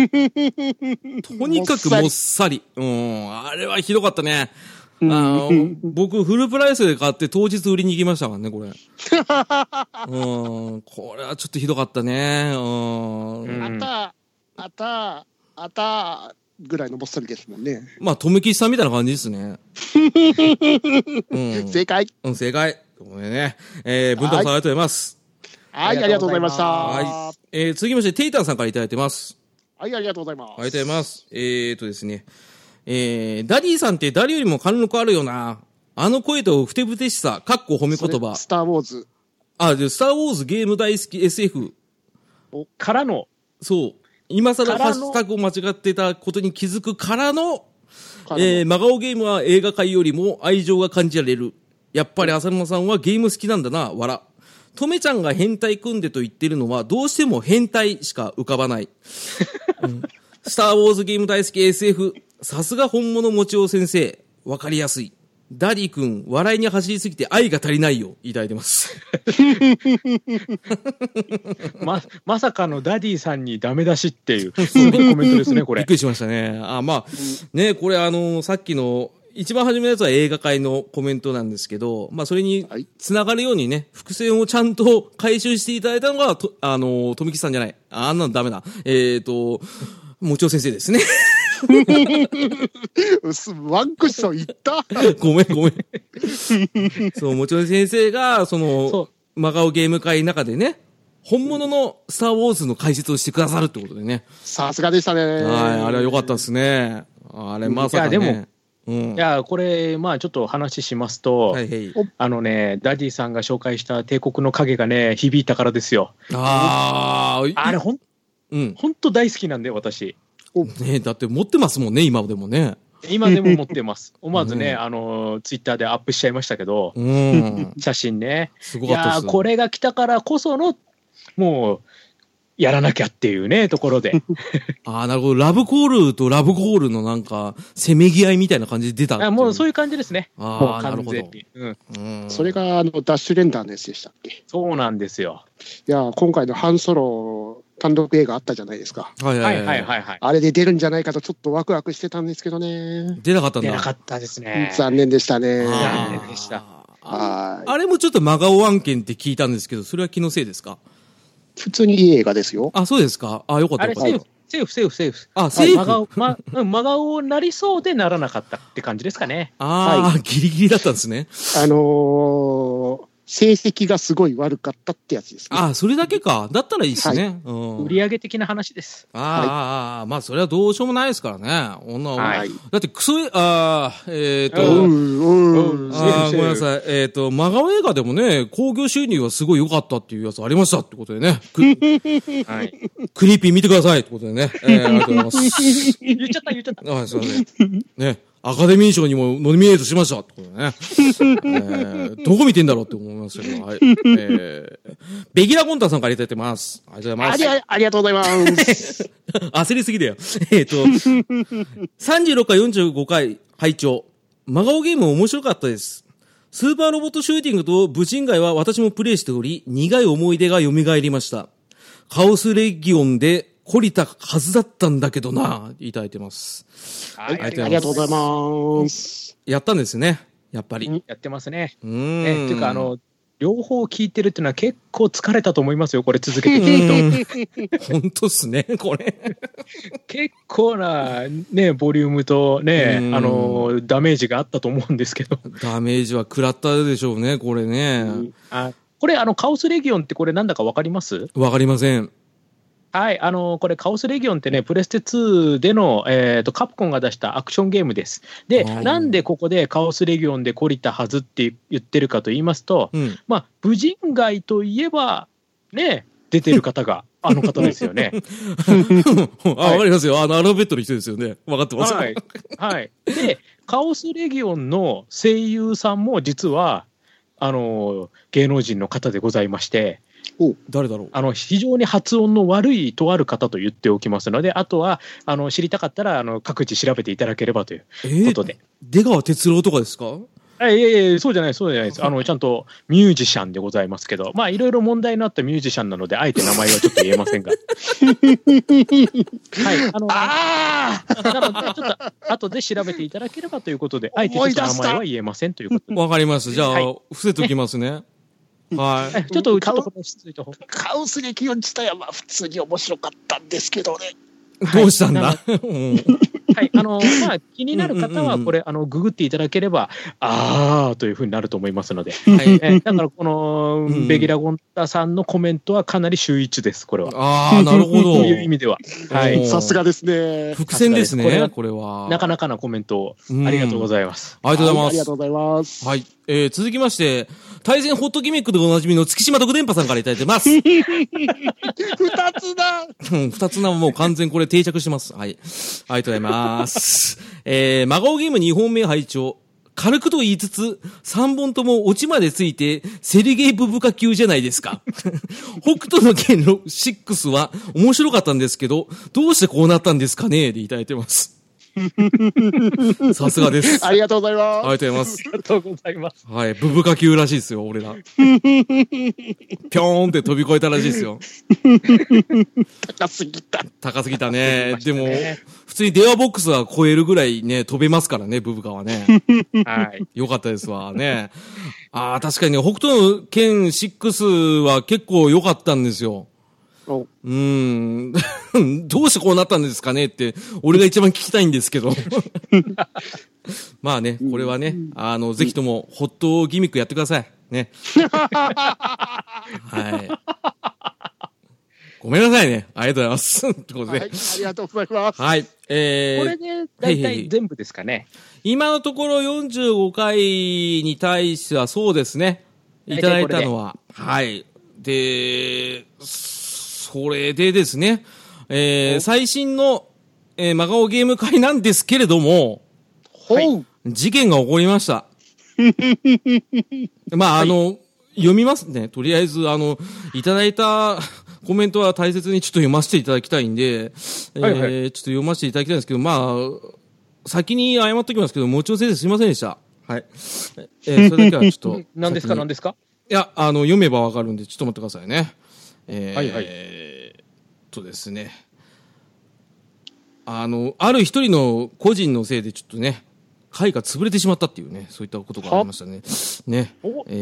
にかくもっさり。あれはひどかったね。僕、フルプライスで買って当日売りに行きましたからね、これ。これはちょっとひどかったね。 あたぐらいのもっさりですもんね。 まあ、とめきちさんみたいな感じですね。 正解。 正解。ごめんね。文太さんありがとうございます。 はい、ありがとうございました。 はい。続きまして、テイタンさんからいただいてます。 はい、ありがとうございます。 ありがとうございます。ですね。ダディさんって誰よりも貫禄あるよな。あの声とふてぶてしさ、かっこ褒め言葉。 スターウォーズ。 スターウォーズゲーム大好き SF。 からの。 そう。今更ハッシュタグを間違ってたことに気づくからの、真顔ゲームは映画界よりも愛情が感じられる。やっぱり浅沼さんはゲーム好きなんだな、わら。とめちゃんが変態組んでと言ってるのは、どうしても変態しか浮かばない。スターウォーズゲーム大好き SF。さすが本物もちお先生。わかりやすい。ダディ君、笑いに走りすぎて愛が足りないよ。いただいてます。 まさかのダディさんにダメ出しっていう、そういうコメントですね、これ。 びっくりしましたね。ね、これさっきの、一番初めのやつは映画界のコメントなんですけど、まあそれに繋がるようにね、伏線をちゃんと回収していただいたのが、富木さんじゃない。あんなのダメだ。もちお先生ですね。 ワンクッションいったごめん。そう、もちお先生が、真顔ゲーム会の中でね、本物のスターウォーズの解説をしてくださるってことでね。 さすがでしたね。 はい、あれは良かったですね。あれ、まさかね。 いや、でも、いや、これ、まあちょっと話しますと、ダディさんが紹介した帝国の影がね、響いたからですよ。あれ、ほんと大好きなんで、私。 ねだって持ってますもんね、今でもね。 今でも持ってます。思わずね、ツイッターでアップしちゃいましたけど、写真ね。 すごかったです。 いや、これが来たからこその、もう、やらなきゃっていうね、ところで。 なるほど。ラブコールとラブコールのなんか、せめぎ合いみたいな感じで出たもうそういう感じですね。 もう完全に。 それが、ダッシュレンダーのやつでしたっけ？ そうなんですよ。 いや、今回のハンソロ単独映画あったじゃないですか。 はい。 あれで出るんじゃないかとちょっとワクワクしてたんですけどね。 出なかったんだ。 出なかったですね。 残念でしたね。 残念でした。 あれもちょっと真顔案件って聞いたんですけど、それは気のせいですか？ 普通にいい映画ですよ。 そうですか。よかった。 セーフ。セーフ。 セーフ。真顔なりそうでならなかったって感じですかね。 ギリギリだったんですね。 成績がすごい悪かったってやつですね。 ああ、それだけか。だったらいいっすね。 売上的な話です。 まあ、それはどうしようもないですからね。 はい、 だって、ごめんなさい。真顔映画でもね、興行収入はすごい良かったっていうやつありましたってことでね。クリーピー見てくださいってことでね。ありがとうございます。 言っちゃった。 あ、すいません。ね。アカデミー賞にもノミネートしましたってことでね。どこ見てんだろうって思いますけど、はい。ベギラゴンタさんからいただいてます。ありがとうございます。 ありがとうございます。 焦りすぎだよ。36回45回拝聴。真顔ゲーム面白かったです。スーパーロボットシューティングと武人街は私もプレイしており、苦い思い出が蘇りました。カオスレギオンで懲りたはずだったんだけどな、いただいてます。 はい、ありがとうございます。 やったんですね、やっぱり。 やってますね。っていうか、両方聞いてるっていうのは結構疲れたと思いますよ、これ続けて聞くと。 本当っすね、これ。 結構な、ね、ボリュームとね、ダメージがあったと思うんですけど。 ダメージは食らったでしょうね、これね。 これ、カオスレギオンってこれなんだかわかります？ わかりません。 はい、これ、カオスレギオンってね、プレステ2での、カプコンが出したアクションゲームです。で、なんでここでカオスレギオンで懲りたはずって言ってるかと言いますと、まあ、武人街といえば、ね、出てる方が、あの方ですよね。 わかりますよ。アルファベットの人ですよね。わかってます。 はい。はい。で、カオスレギオンの声優さんも実は、芸能人の方でございまして、 誰だろう。 非常に発音の悪いとある方と言っておきますので、あとは知りたかったら各自調べていただければということで。 出川哲朗とかですか？ いやそうじゃないです。ちゃんとミュージシャンでございますけど、まあいろいろ問題のあったミュージシャンなので、あえて名前はちょっと言えませんが。はい。なので、ちょっと後で調べていただければということで、あえてちょっと名前は言えませんということで。 わかります。じゃあ、伏せときますね。はい。 ちょっとカオスレギオン自体はまあ普通に面白かったんですけどね。 どうしたんだ？はい 、まあ、気になる方は、これ、ググっていただければ、というふうになると思いますので。はい。だから、この、ベギラゴンタさんのコメントはかなり秀逸です、これは。 なるほど。 そういう意味では。 はい。さすがですね。 伏線ですね、これは。 なかなかなコメントを、ありがとうございます。 ありがとうございます。 ありがとうございます。 はい。続きまして、対戦ホットギミックでおなじみの月島特電波さんからいただいてます。 二つだ二つなもう完全これ定着してます。はい。ありがとうございます。真顔ゲーム2本目拝聴。軽くと言いつつ、3本ともオチまでついて、セリゲーブブカ級じゃないですか。北斗の拳の6は面白かったんですけど、どうしてこうなったんですかねでいただいてます。さすがです。 ありがとうございます。 ありがとうございます。 ありがとうございます。 はい。ブブカ級らしいですよ、俺ら。ぴょーんって飛び越えたらしいですよ。 高すぎた。 高すぎたね。でも、普通に電話ボックスは超えるぐらいね、飛べますからね、ブブカはね。 はい。 よかったですわ、ね。確かにね、北斗の拳6は結構良かったんですよ。どうしてこうなったんですかねって、俺が一番聞きたいんですけど。まあね、これはね、ぜひとも、ホットギミックやってください。ね。はい。ごめんなさいね。ありがとうございます。ということで。 はい、ありがとうございます。 はい。これで、大体全部ですかね。 今のところ45回に対してはそうですね。いただいたのは。はい。で、それでですね、最新の、真顔ゲーム会なんですけれども、はい、事件が起こりました。まあ、読みますね。とりあえず、いただいたコメントは大切にちょっと読ませていただきたいんで、ちょっと読ませていただきたいんですけど、まあ、先に謝っときますけど、もちろん先生すいませんでした。はい。それだけはちょっと。 何ですかいや、読めばわかるんで、ちょっと待ってくださいね。ですね。ある一人の個人のせいでちょっとね、会が潰れてしまったっていうね、そういったことがありましたね。ね。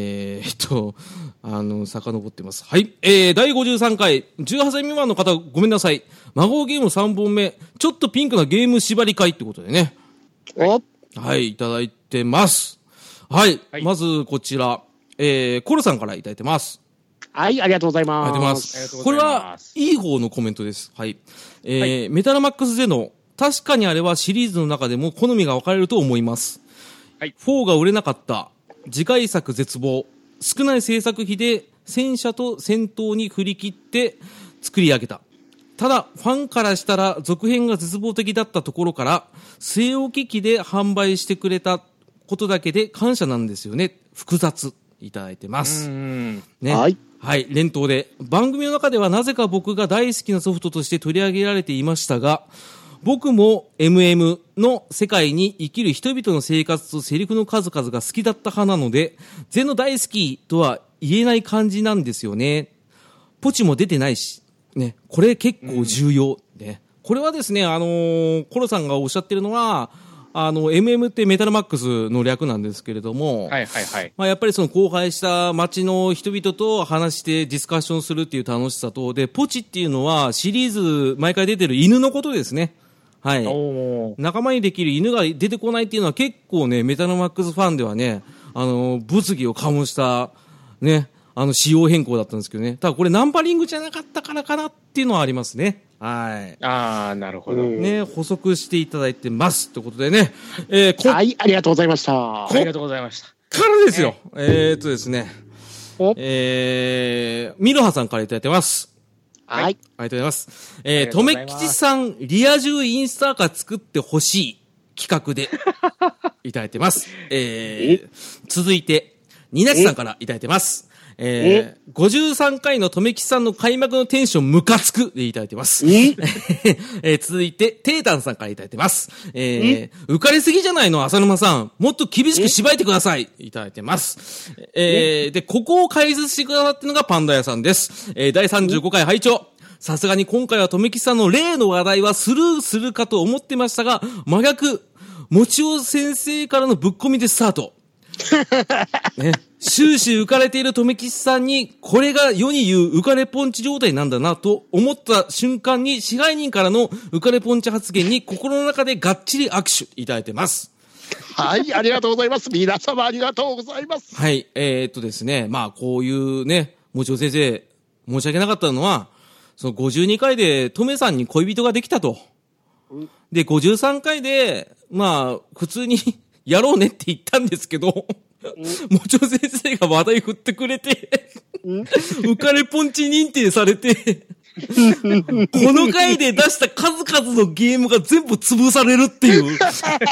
遡ってます。はい。第53回、18歳未満の方、ごめんなさい。魔法ゲーム3本目、ちょっとピンクなゲーム縛り会ってことでね。はい、いただいてます。はい。まず、こちら。 コロさんからいただいてます。 はい、ありがとうございます。 ありがとうございます。これは、いい方のコメントです。はい。メタルマックスゼノ、確かにあれはシリーズの中でも好みが分かれると思います。はい。4が売れなかった。次回作絶望。少ない制作費で戦車と戦闘に振り切って作り上げた。ただ、ファンからしたら続編が絶望的だったところから、据え置き機で販売してくれたことだけで感謝なんですよね。複雑。いただいてます。ね。はい。はい、連投で。番組の中ではなぜか僕が大好きなソフトとして取り上げられていましたが、僕も MM の世界に生きる人々の生活とセリフの数々が好きだった派なので、ゼノ大好きとは言えない感じなんですよね。ポチも出てないし、ね、これ結構重要。ね、これはですね、コロさんがおっしゃってるのは、MM ってメタルマックスの略なんですけれども、はいはいはい。まあやっぱりその荒廃した街の人々と話してディスカッションするっていう楽しさと、で、ポチっていうのはシリーズ毎回出てる犬のことですね。はい。仲間にできる犬が出てこないっていうのは結構ね、メタルマックスファンではね、物議を醸した、ね、仕様変更だったんですけどね。ただこれナンバリングじゃなかったからかなっていうのはありますね。はい。ああ、なるほど。ね、補足していただいてます。ということでね。 はい、ありがとうございました。 ありがとうございました。 からですよ。ですね。ミロハさんからいただいてます。はい。ありがとうございます。とめきちさん、リア充インスターカー作ってほしい企画で、いただいてます。続いて、ニナチさんからいただいてます。53回のとめきちさんの開幕のテンションムカつくでいただいてます。続いて、テータンさんからいただいてます。浮かれすぎじゃないの、浅沼さん。もっと厳しく縛いてください。いただいてます。で、ここを解説してくださってるのがパンダ屋さんです。第35回拝聴。さすがに今回はとめきちさんの例の話題はスルーするかと思ってましたが、真逆、もちお先生からのぶっ込みでスタート。ね、終始浮かれているとめきちさんに、これが世に言う浮かれポンチ状態なんだなと思った瞬間に、支配人からの浮かれポンチ発言に心の中でがっちり握手いただいてます。 はい、ありがとうございます。皆様ありがとうございます。 はい、ですね、まあこういうね、もちお先生、申し訳なかったのは、その52回でとめさんに恋人ができたと。で、53回で、まあ、普通にやろうねって言ったんですけど、もちお先生が話題振ってくれて、浮かれポンチ認定されて、この回で出した数々のゲームが全部潰されるっていう。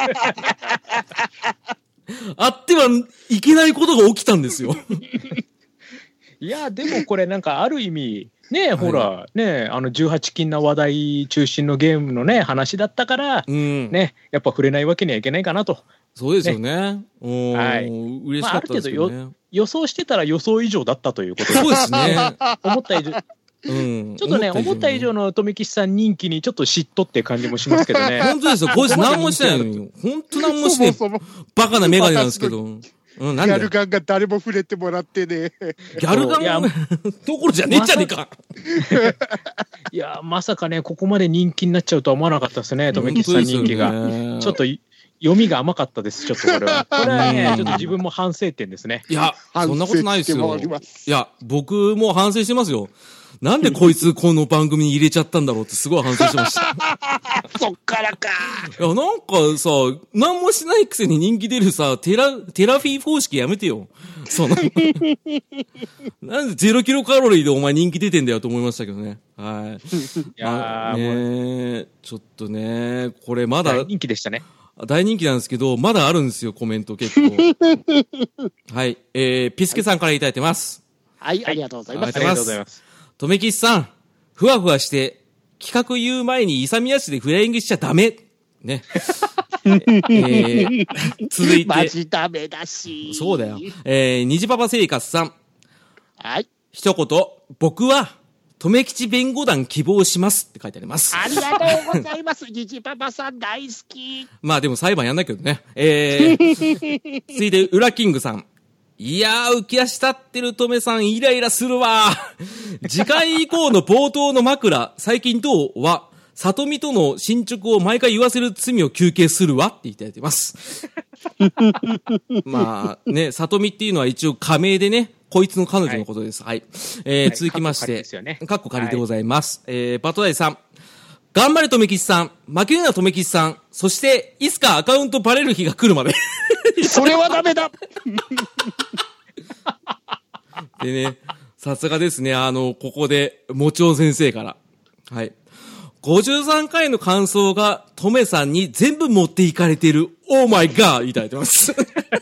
あってはいけないことが起きたんですよ。 いや、でもこれなんかある意味、ね、ほら、ね、18禁な話題中心のゲームのね、話だったから、ね、やっぱ触れないわけにはいけないかなと。 そうですよね。はい。嬉しかったですけどね。 ある程度予想してたら予想以上だったということで。 そうですね。 思った以上。ちょっとね、思った以上のとめきちさん人気にちょっと嫉妬って感じもしますけどね。 本当ですよ。こいつ何もしてないのに。本当何もしてない。バカなメガネなんですけど。 ギャルガンが誰も触れてもらってね。 ギャルガンどころじゃねえじゃねえか。 いや、まさかね、ここまで人気になっちゃうとは思わなかったですね、とめきちさん人気が。ちょっと読みが甘かったです、ちょっとこれは。これはね、ちょっと自分も反省点ですね。 いや、そんなことないですよ。いや、僕も反省してますよ。なんでこいつこの番組に入れちゃったんだろうってすごい反省してました。 そっからか。 いや、なんかさ、何もしないくせに人気出るさ、テラフィー方式やめてよ。なんで0キロカロリーでお前人気出てんだよと思いましたけどね。はい。いやー、ね、ちょっとね、これまだ。 大人気でしたね。 大人気なんですけど、まだあるんですよ、コメント結構。はい。ピスケさんからいただいてます。 はい、ありがとうございます。 ありがとうございます。とめきちさん、ふわふわして、企画言う前に勇み足でフライングしちゃダメ。ね。続いて。 マジダメだし。 そうだよ。虹パパ生活さん。 はい。 一言、僕は、とめきち弁護団希望しますって書いてあります。 ありがとうございます。虹パパさん大好き。 まあでも裁判やんないけどね。続いて、ウラキングさん。いやー、浮き足立ってるとめさんイライラするわ。次回以降の冒頭の枕、最近どうは、 里見との進捗を毎回言わせる罪を求刑するわっていただいてます。まあね、里見っていうのは一応仮名でね、こいつの彼女のことです。はい。続きまして、カッコ仮でございます。バトダイさん。頑張れ、とめきちさん。負けるな、とめきちさん。そして、いつかアカウントバレる日が来るまで。 それはダメだでね、さすがですね、ここで、もちお先生から。はい。53回の感想が、とめさんに全部持っていかれている、オーマイガーいただいてます。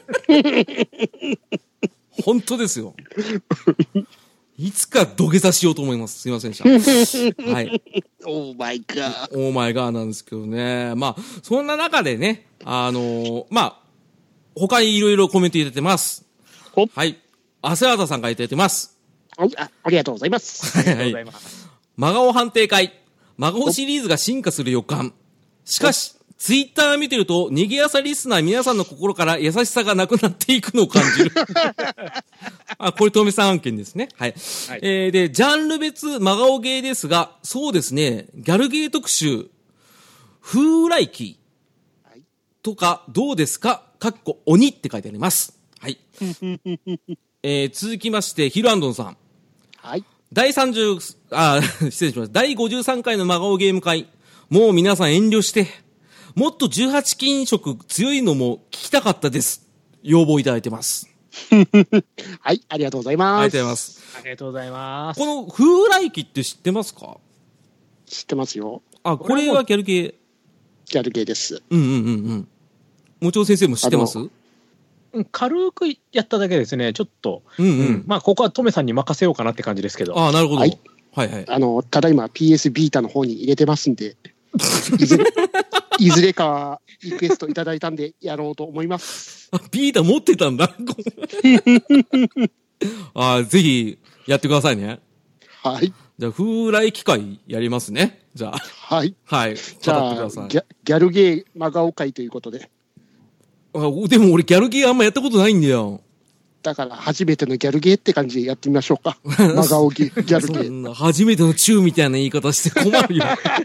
本当ですよ。いつか土下座しようと思います。すいませんでした。はい。 オーマイガー。 オーマイガーなんですけどね。まあ、そんな中でね、まあ、他にいろいろコメントいただいてます。はい。汗和田さんからいただいてます。 はい、ありがとうございます。 ありがとうございます。 真顔判定会。真顔シリーズが進化する予感。しかし、ツイッター見てると、逃げ朝リスナー皆さんの心から優しさがなくなっていくのを感じる。あ、これ、とめさん案件ですね。はい。はい、で、ジャンル別真顔ゲーですが、そうですね、ギャルゲー特集、風来機とか、どうですか？かっこ鬼って書いてあります。はい。続きまして、ヒルアンドンさん。 はい。 失礼しました。第53回の真顔ゲーム会。もう皆さん遠慮して、もっと18禁色強いのも聞きたかったです。要望いただいてます。 はい、ありがとうございます。 ありがとうございます。 ありがとうございます。 この風来機って知ってますか？ 知ってますよ。 あ、これはギャルゲー。 ギャルゲーです。 うんうんうんうん。もちろん先生も知ってます？ 軽くやっただけですね、ちょっと。 うんうん。 まあ、ここはトメさんに任せようかなって感じですけど。 ああ、なるほど。はい。はいはい。 ただいま PS ビータの方に入れてますんで、いずれかリクエストいただいたんでやろうと思います。 あ、ビータ持ってたんだ。あ、ぜひやってくださいね。 はい。 じゃあ、風来機会やりますね。じゃあ。 はい。 はい。 じゃあ、ギャルゲー真顔会ということで。 でも俺ギャルゲーあんまやったことないんだよ。 だから初めてのギャルゲーって感じでやってみましょうか。真顔ギャルゲー。 そんな初めてのチューみたいな言い方して困るよ。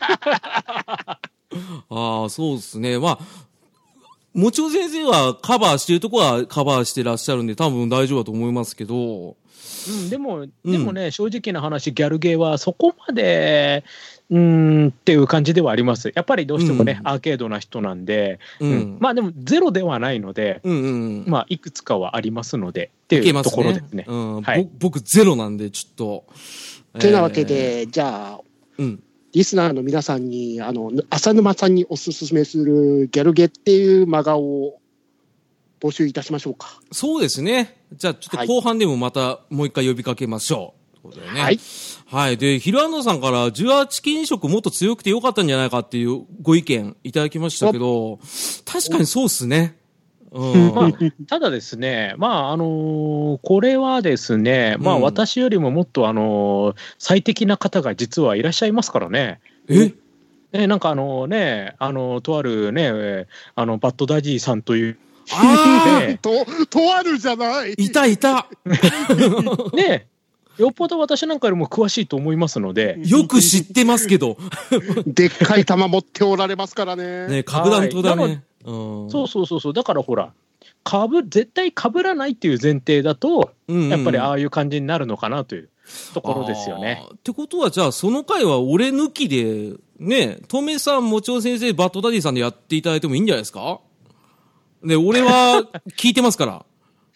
ああ、そうですね。まあ、もちろん先生はカバーしてるとこはカバーしてらっしゃるんで多分大丈夫だと思いますけど。 うん、でもね、正直な話、ギャルゲーはそこまで、っていう感じではあります。やっぱりどうしてもね、アーケードな人なんで、まあでもゼロではないので、まあいくつかはありますので、っていうところですね。 はい、僕ゼロなんで、ちょっと。 てなわけで、じゃあ、リスナーの皆さんに、浅沼さんにおすすめするギャルゲっていう真顔を募集いたしましょうか。 そうですね。じゃあちょっと後半でもまたもう一回呼びかけましょう。ということでね。はい。はい。で、ヒルアンドさんから18禁色もっと強くてよかったんじゃないかっていうご意見いただきましたけど、確かにそうっすね。 まあ、ただですね、まあこれはですね、まあ私よりももっと最適な方が実はいらっしゃいますからね。なんかとあるね、バッドダディさんという、 とあるじゃない。 いた。 ね、よっぽど私なんかよりも詳しいと思いますので。 よく知ってますけど。 でっかい玉持っておられますからね。 ね、格段とだね。 そう。だからほら、絶対被らないっていう前提だと、やっぱりああいう感じになるのかなというところですよね。 ってことは、じゃあその回は俺抜きで、ね、トメさん、もちお先生、バッドダディさんでやっていただいてもいいんじゃないですか？ね、俺は聞いてますから。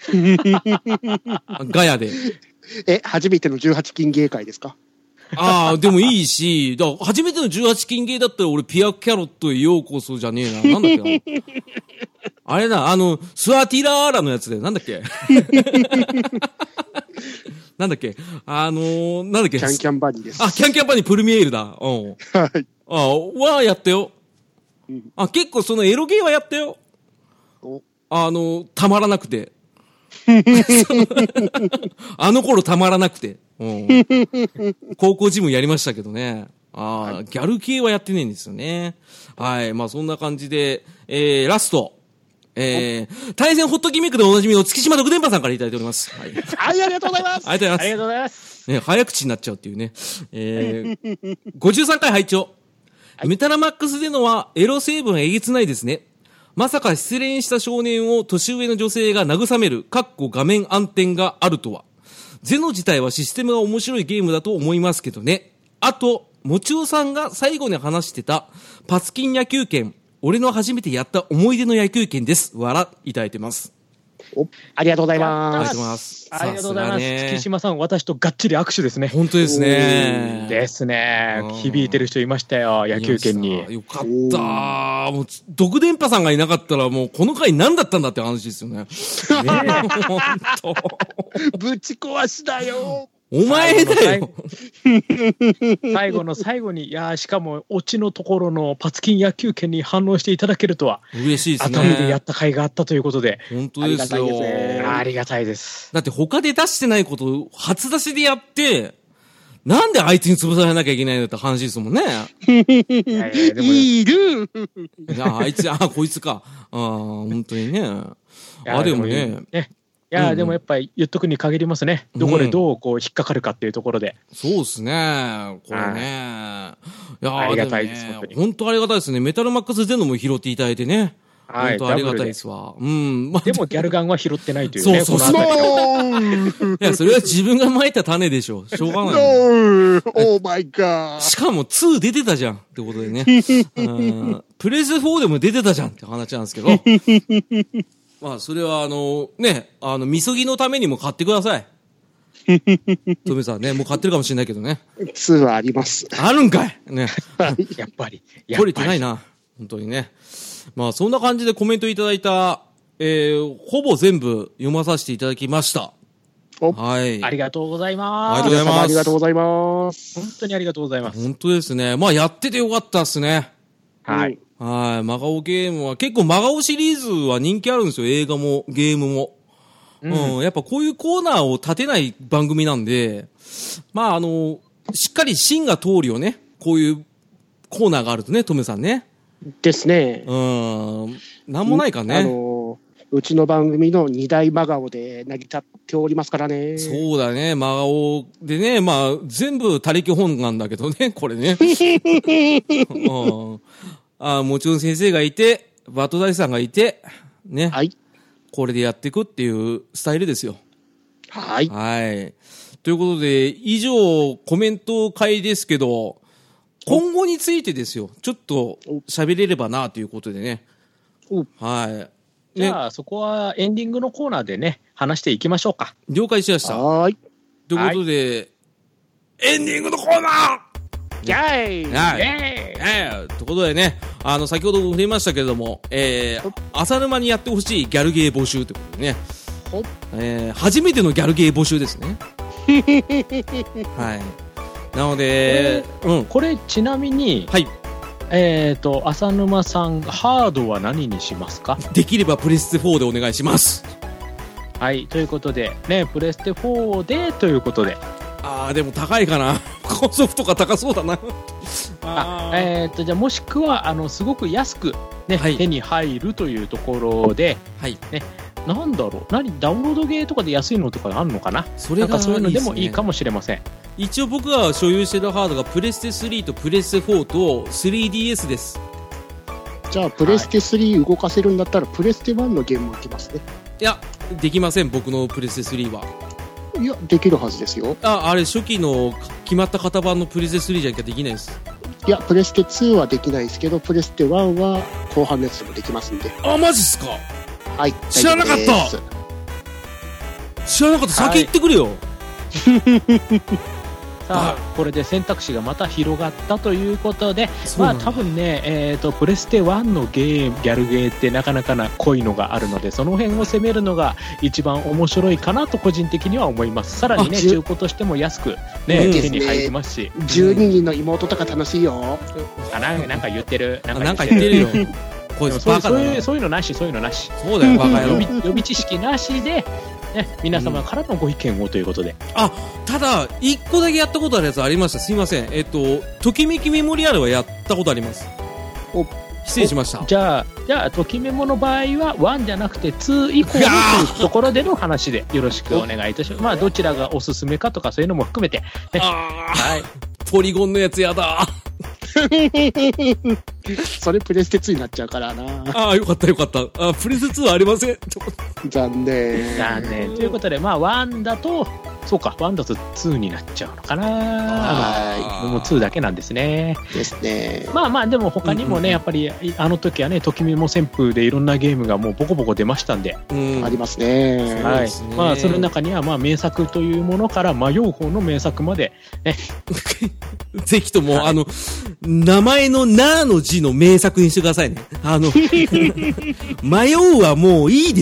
ガヤで。 初めての18禁芸会ですか？ ああ、でもいいし、初めての18禁芸だったら俺ピアキャロットへようこそじゃねえな。なんだっけな。あれだ、スワティラーラのやつで、なんだっけなんだっけなんだっけキャンキャンバニーです。 あ、キャンキャンバニープルミエールだ。はい。やったよ。結構そのエロゲーはやったよ。たまらなくて。あの頃たまらなくて。高校ジムやりましたけどね。ギャル系はやってねえんですよね。はい。まあそんな感じで、ラスト。対戦ホットギミックでおなじみの月島独電波さんからいただいております。 はい、ありがとうございます。 ありがとうございます。 ね、早口になっちゃうっていうね。53回拝聴。 メタラマックスでのはエロ成分はえげつないですね。まさか失恋した少年を年上の女性が慰める、画面暗転があるとは。ゼノ自体はシステムが面白いゲームだと思いますけどね。あと、もちおさんが最後に話してた、パツキン野球券、俺の初めてやった思い出の野球券です。笑いただいてます。 ありがとうございます。 ありがとうございます。 ありがとうございます。月島さん、私とがっちり握手ですね。 本当ですね。 ですね。響いてる人いましたよ、野球券に。 よかった。もう、毒電波さんがいなかったら、もうこの回何だったんだって話ですよね。本当。 ぶち壊しだよ。 お前だよ。 最後の最後に、いやしかもオチのところのパツキン野球券に反応していただけるとは嬉しいですね。 後でやった甲斐があったということで、 本当ですよ。 ありがたいです。 だって他で出してないことを初出しでやって、なんであいつに潰されなきゃいけないんだって話ですもんね。 いる。 いや、あいつ、こいつか。本当にね。でもね。 いやでもやっぱり言っとくに限りますね。どこでどうこう引っかかるかっていうところで。 そうですね。これね。いやありがたいです。 本当ありがたいですね。メタルマックスゼノも拾っていただいてね。本当ありがたいですわ。 でもギャルガンは拾ってないというね。 そう。いや、それは自分が蒔いた種でしょ。しょうがない。 オーマイガー。 しかも2出てたじゃんってことでね。プレス4でも出てたじゃんって話なんですけど。まあ、それはみそぎのためにも買ってください。トメさんね、もう買ってるかもしれないけどね。 2はあります。 あるんかいね。 やっぱり。 取れてないな。本当にね。まあ、そんな感じでコメントいただいた、ほぼ全部読まさせていただきました。はい。 ありがとうございます。 ありがとうございます。 本当にありがとうございます。 本当ですね。まあ、やっててよかったっすね。 はい。 真顔ゲームは、結構真顔シリーズは人気あるんですよ。映画もゲームも。やっぱこういうコーナーを立てない番組なんで、まあしっかり芯が通るよね。こういうコーナーがあるとね、トメさんね。 ですね。 なんもないかね。 うちの番組の2大真顔で成り立っておりますからね。 そうだね。真顔でね、まあ、全部他力本なんだけどね、これね。もちろん先生がいて、バトダイさんがいて、ね。はい。これでやっていくっていうスタイルですよ。 はい。 はい。ということで、以上、コメント会ですけど、今後についてですよ。ちょっと喋れればなということでね。はい。 じゃあ、そこはエンディングのコーナーでね、話していきましょうか。 了解しました。 はい。 ということで、エンディングのコーナーイェーイということでね、先ほど触れましたけれども、浅沼にやってほしいギャルゲー募集ということでね、初めてのギャルゲー募集ですね。はい。なので、 これちなみに、 はい。 浅沼さん、ハードは何にしますか？ できればプレステ4でお願いします。 はい、ということで、ね、プレステ4でということで。 でも高いかな。ソフトが高そうだな。 じゃあもしくはすごく安く、ね、手に入るというところで、ね、なんだろう、ダウンロードゲーとかで安いのとかあるのかな。 それがいいですね。 なんかそういうのでもいいかもしれません。 一応僕が所有しているハードがプレステ3とプレステ4と 3DS です。 じゃあプレステ3動かせるんだったら、プレステ1のゲームもいきますね。 いや、できません、僕のプレステ3は。 いや、できるはずですよ。 あれ初期の決まった型番のプレステ3じゃなきゃできないです。 いや、プレステ2はできないですけど、プレステ1は後半のやつでもできますんで。 マジっすか？ はい。 知らなかった。先行ってくれよ。 さあ、これで選択肢がまた広がったということで、まあ多分ね、プレステ1のギャルゲーってなかなか濃いのがあるので、その辺を攻めるのが一番面白いかなと個人的には思います。さらにね、中古としても安く、ね、手に入りますし。 12人の妹とか楽しいよ。 なんか言ってる。 なんか言ってるよ。こいつバカだな。 そういうのなし。そうだよ、バカ野郎。 予備知識なしで、ね、皆様からのご意見をということで。 ただ一個だけやったことあるやつありました。すいません。ときめきメモリアルはやったことあります。失礼しました。 じゃあときメモの場合は1じゃなくて2以降のというところでの話でよろしくお願いいたします。まあどちらがおすすめかとかそういうのも含めて、ね、 はい。ポリゴンのやつやだ。 それプレステ2になっちゃうからな。 ああ、よかったよかった。プレステ2はありません。 残念。 残念。ということで、まあ、1だと、そうか、1だと2になっちゃうのかな。はい。もう2だけなんですね。 ですね。 まあまあ、でも他にもね、やっぱり、あの時はね、ときめも旋風でいろんなゲームがもうボコボコ出ましたんで。 ありますね。 はい。まあ、その中には、まあ、名作というものから迷う方の名作まで、ね。 ぜひとも、はい、名前のなの字の名作にしてくださいね。迷うはもういいです。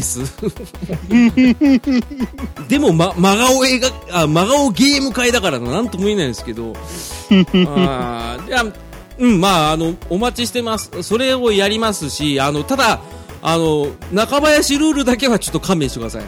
でも、真顔ゲーム会だからなんとも言えないんですけど。まあ、お待ちしてます。それをやりますし、ただ、中林ルールだけはちょっと勘弁してください。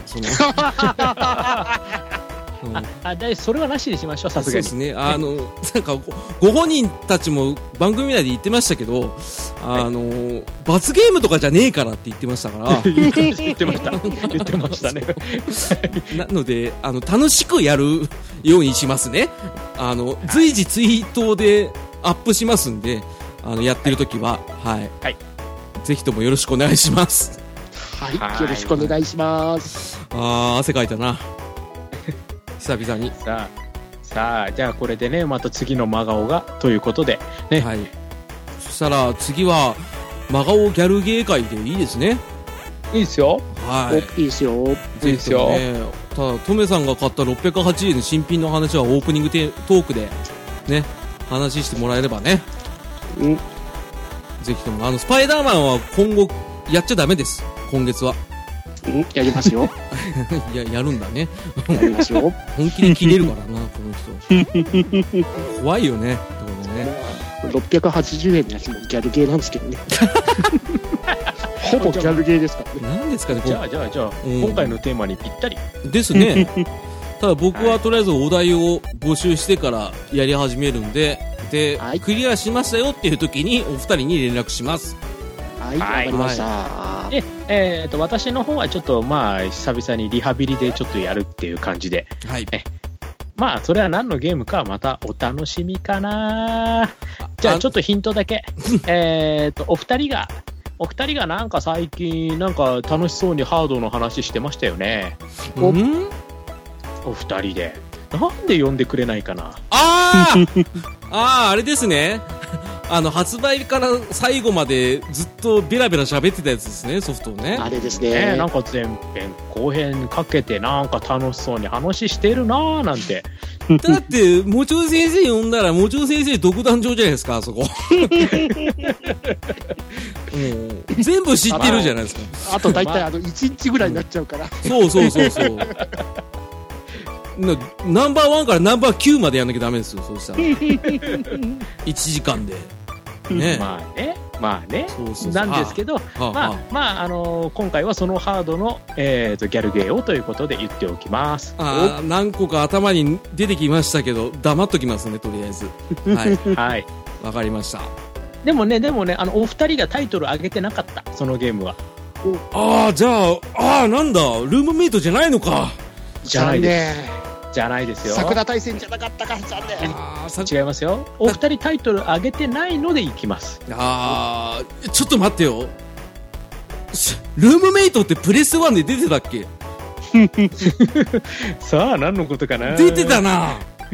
それはなしにしましょう、さすがに。 そうですね。なんかご本人たちも番組内で言ってましたけど、罰ゲームとかじゃねえからって言ってましたから。 言ってましたね。 なので、楽しくやるようにしますね。随時ツイートでアップしますんで、やってる時は、はい。はい。ぜひともよろしくお願いします。 はい。よろしくお願いします。 汗かいたな。久々に。 さあ、じゃあこれでね、また次の真顔がということで、ね。 はい。そしたら次は、真顔ギャルゲー会でいいですね。 いいですよ。 はい。いいですよ。 いいですよ。 ただ、トメさんが買った680円の新品の話はオープニングトークで、ね、話してもらえればね。ぜひとも、スパイダーマンは今後やっちゃダメです。今月は。 やりますよ。 やるんだね。 やりますよ。 本気で切れるからな、この人。怖いよね。 680円のやつもギャルゲーなんですけどね。ほぼギャルゲーですからね。 何ですかね。 じゃあ、今回のテーマにぴったり。 ですね。ただ僕はとりあえずお題を募集してからやり始めるんで、クリアしましたよっていう時にお二人に連絡します。 はい、わかりました。 で、私の方はちょっとまあ久々にリハビリでちょっとやるっていう感じで、はい。まあそれは何のゲームかはまたお楽しみかな。じゃあちょっとヒントだけ。お二人がなんか最近なんか楽しそうにハードの話してましたよね。お二人で。なんで呼んでくれないかな。 あれですね。発売から最後までずっとベラベラ喋ってたやつですね、ソフトをね。 あれですね。 なんか前編後編かけてなんか楽しそうに話してるなーなんて。 だって、もちょう先生呼んだら、もちょう先生独壇場じゃないですか、あそこ。全部知ってるじゃないですか。 あと大体1日ぐらいになっちゃうから。 そう。ナンバー1からナンバー9までやんなきゃダメですよ、そうしたら。1時間で。ね。 まあね。なんですけど、今回はそのハードの、ギャルゲーをということで言っておきます。 何個か頭に出てきましたけど、黙っときますね、とりあえず。はい。わかりました。 でもね、お二人がタイトル上げてなかった、そのゲームは。 じゃあ、なんだ、ルームメイトじゃないのか。 じゃないです。じゃないですよ。 桜大戦じゃなかったか、残念。 違いますよ。お二人タイトル上げてないのでいきます。 ちょっと待ってよ。ルームメイトってプレステ1で出てたっけ？ さあ、何のことかな。 出てたな。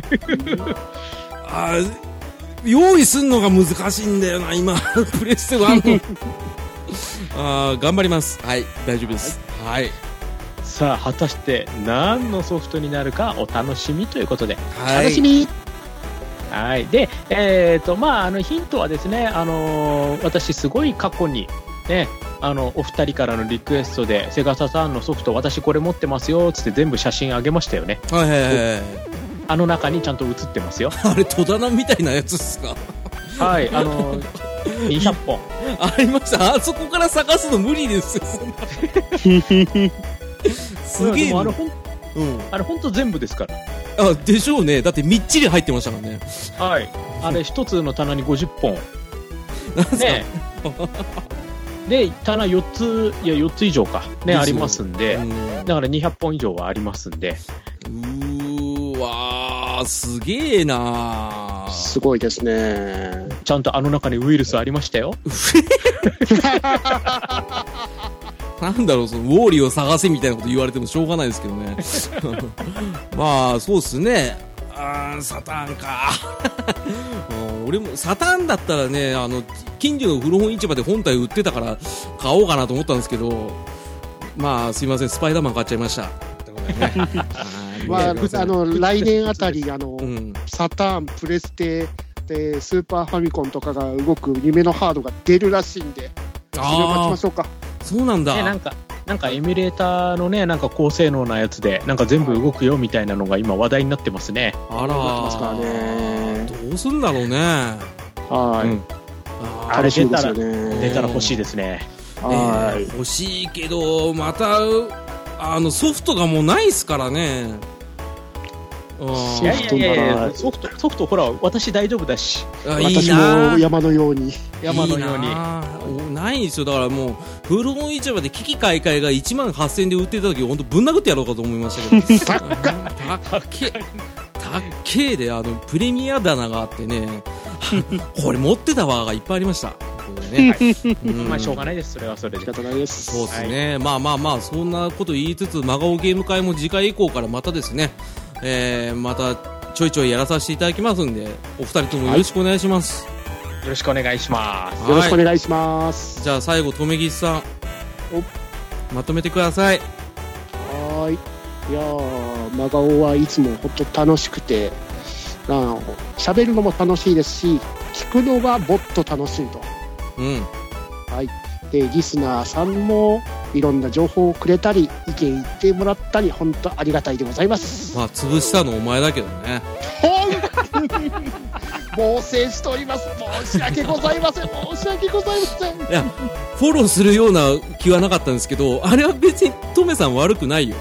用意すんのが難しいんだよな、今。プレステ1の。頑張ります。はい、大丈夫です。はい。 さあ、果たして何のソフトになるかお楽しみということで、 楽しみ。 はい。で、ヒントはですね、私すごい過去にね、お二人からのリクエストでセガサターンのソフト私これ持ってますよつって全部写真あげましたよね。中にちゃんと写ってますよ。 あれ戸棚みたいなやつっすか？ はい、200本ありました。あそこから探すの無理ですよ。すげえ。 あれ本当全部ですから。 でしょうね。だってみっちり入ってましたからね。 はい。あれ一つの棚に50本。ね。で、棚4つ以上か。ね、ありますんで。だから200本以上はありますんで。 わー、すげえなー。 すごいですね。 ちゃんとあの中にウイルスありましたよ。 なんだろう、そのウォーリーを探せみたいなこと言われてもしょうがないですけどね。まあそうっすね。サタンか。俺もサタンだったらね、近所の古本市場で本体売ってたから買おうかなと思ったんですけど、まあすいません、スパイダーマン買っちゃいました。 まあ、来年あたりサターン、プレステでスーパーファミコンとかが動く夢のハードが出るらしいんで、それを待ちましょうか。 そうなんだ。 なんかエミュレーターのね、なんか高性能なやつでなんか全部動くよみたいなのが今話題になってますね。 あらー、どうすんだろうね。 はい、 あれ出たら欲しいですね。 欲しいけどまたソフトがもうないっすからね。 いやソフトほら私大丈夫だし。 私も山のようにないんですよ。だからもう古本市場で機器買い替えが18,000円で売ってた時本当ぶん殴ってやろうかと思いましたけど。たっけえでプレミア棚があってね、これ持ってたわがいっぱいありました。 まあしょうがないです。それはそれで仕方ないです。 そうですね。まあそんなこと言いつつ真顔ゲーム会も次回以降からまたですね、またちょいちょいやらさせていただきますんで、お二人ともよろしくお願いします。 よろしくお願いします。 よろしくお願いします。 じゃあ最後とめぎしさんまとめてください。 はい。いやー、真顔はいつも本当楽しくて、喋るのも楽しいですし、聞くのがもっと楽しいと。はい。でリスナーさんもいろんな情報をくれたり意見言ってもらったり本当ありがたいでございます。 まあ潰したのお前だけどね。 猛省しております。申し訳ございません。いやフォローするような気はなかったんですけど、あれは別にトメさん悪くないよ。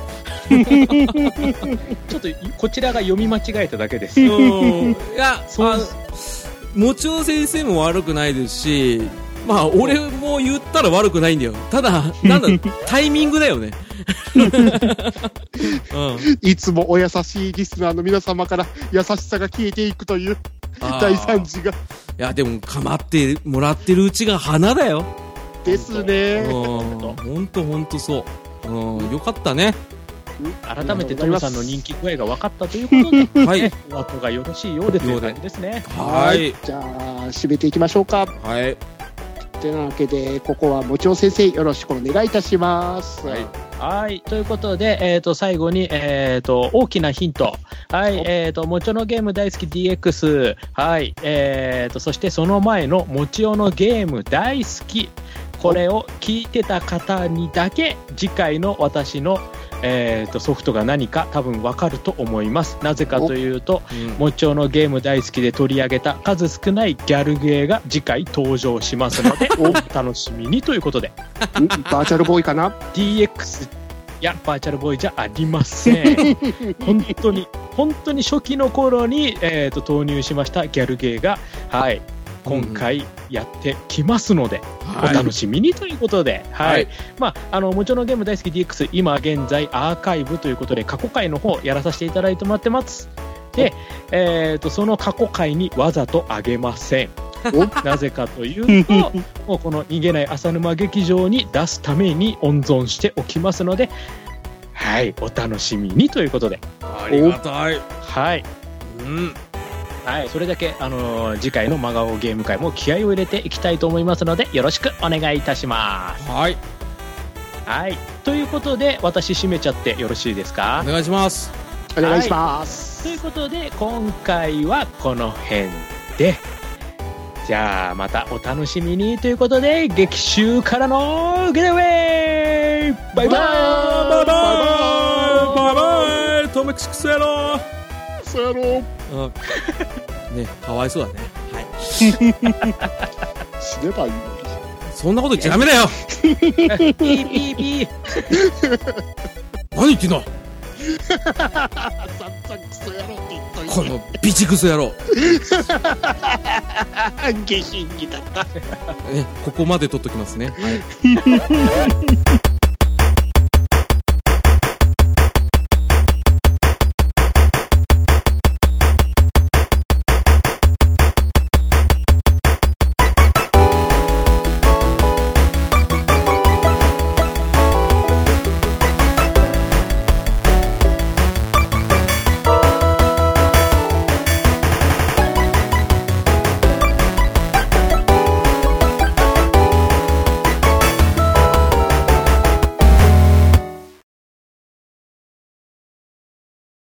ちょっとこちらが読み間違えただけです。 いやもちろん先生も悪くないですし、まあ俺も言ったら悪くないんだよ。ただタイミングだよね。 いつもお優しいリスナーの皆様から優しさが消えていくという大惨事が。いやでも構ってもらってるうちが花だよ。 ですね。 本当そう。よかったね。 改めてトムさんの人気具合が分かったということで、はい、お後がよろしいようでという感じですね。 はい。じゃあ締めていきましょうか。 はい。 というわけでここはもちろん先生よろしくお願いいたします。 はい、ということで、最後に、大きなヒント。はい、もちおのゲーム大好き DX。はい、そしてその前のもちおのゲーム大好き。これを聞いてた方にだけ次回の私のソフトが何か多分分かると思います。なぜかというと、もちおのゲーム大好きで取り上げた数少ないギャルゲーが次回登場しますのでお楽しみにということで。 バーチャルボーイかな？ DX いやバーチャルボーイじゃありません。本当に初期の頃に、投入しましたギャルゲーが、はい、今回やってきますので、お楽しみにということで、はい、まあもちろんゲーム大好き DX 今現在アーカイブということで過去回の方やらさせていただいてもらってます。で、その過去回にわざとあげません。なぜかというと、もうこの逃げない浅沼劇場に出すために温存しておきますので、はい、お楽しみにということで。 ありがたい。 はい。はい、それだけ、次回の真顔ゲーム会も気合を入れていきたいと思いますのでよろしくお願いいたします。 はい。 はい。ということで私締めちゃってよろしいですか？ お願いします。 お願いします。 ということで今回はこの辺で、じゃあまたお楽しみにということで劇中からのゲットウェイバイバイバイバイトメックスクスやろそうやろね、かわいそうだね。はい。 死ねばいいのに。 そんなこと言っちゃダメだよ。 ピーピーピー。 何言ってんだ。 散々クソ野郎って言っといて。 このビチクソ野郎。 下品にだった。 ここまで取っときますね。はい。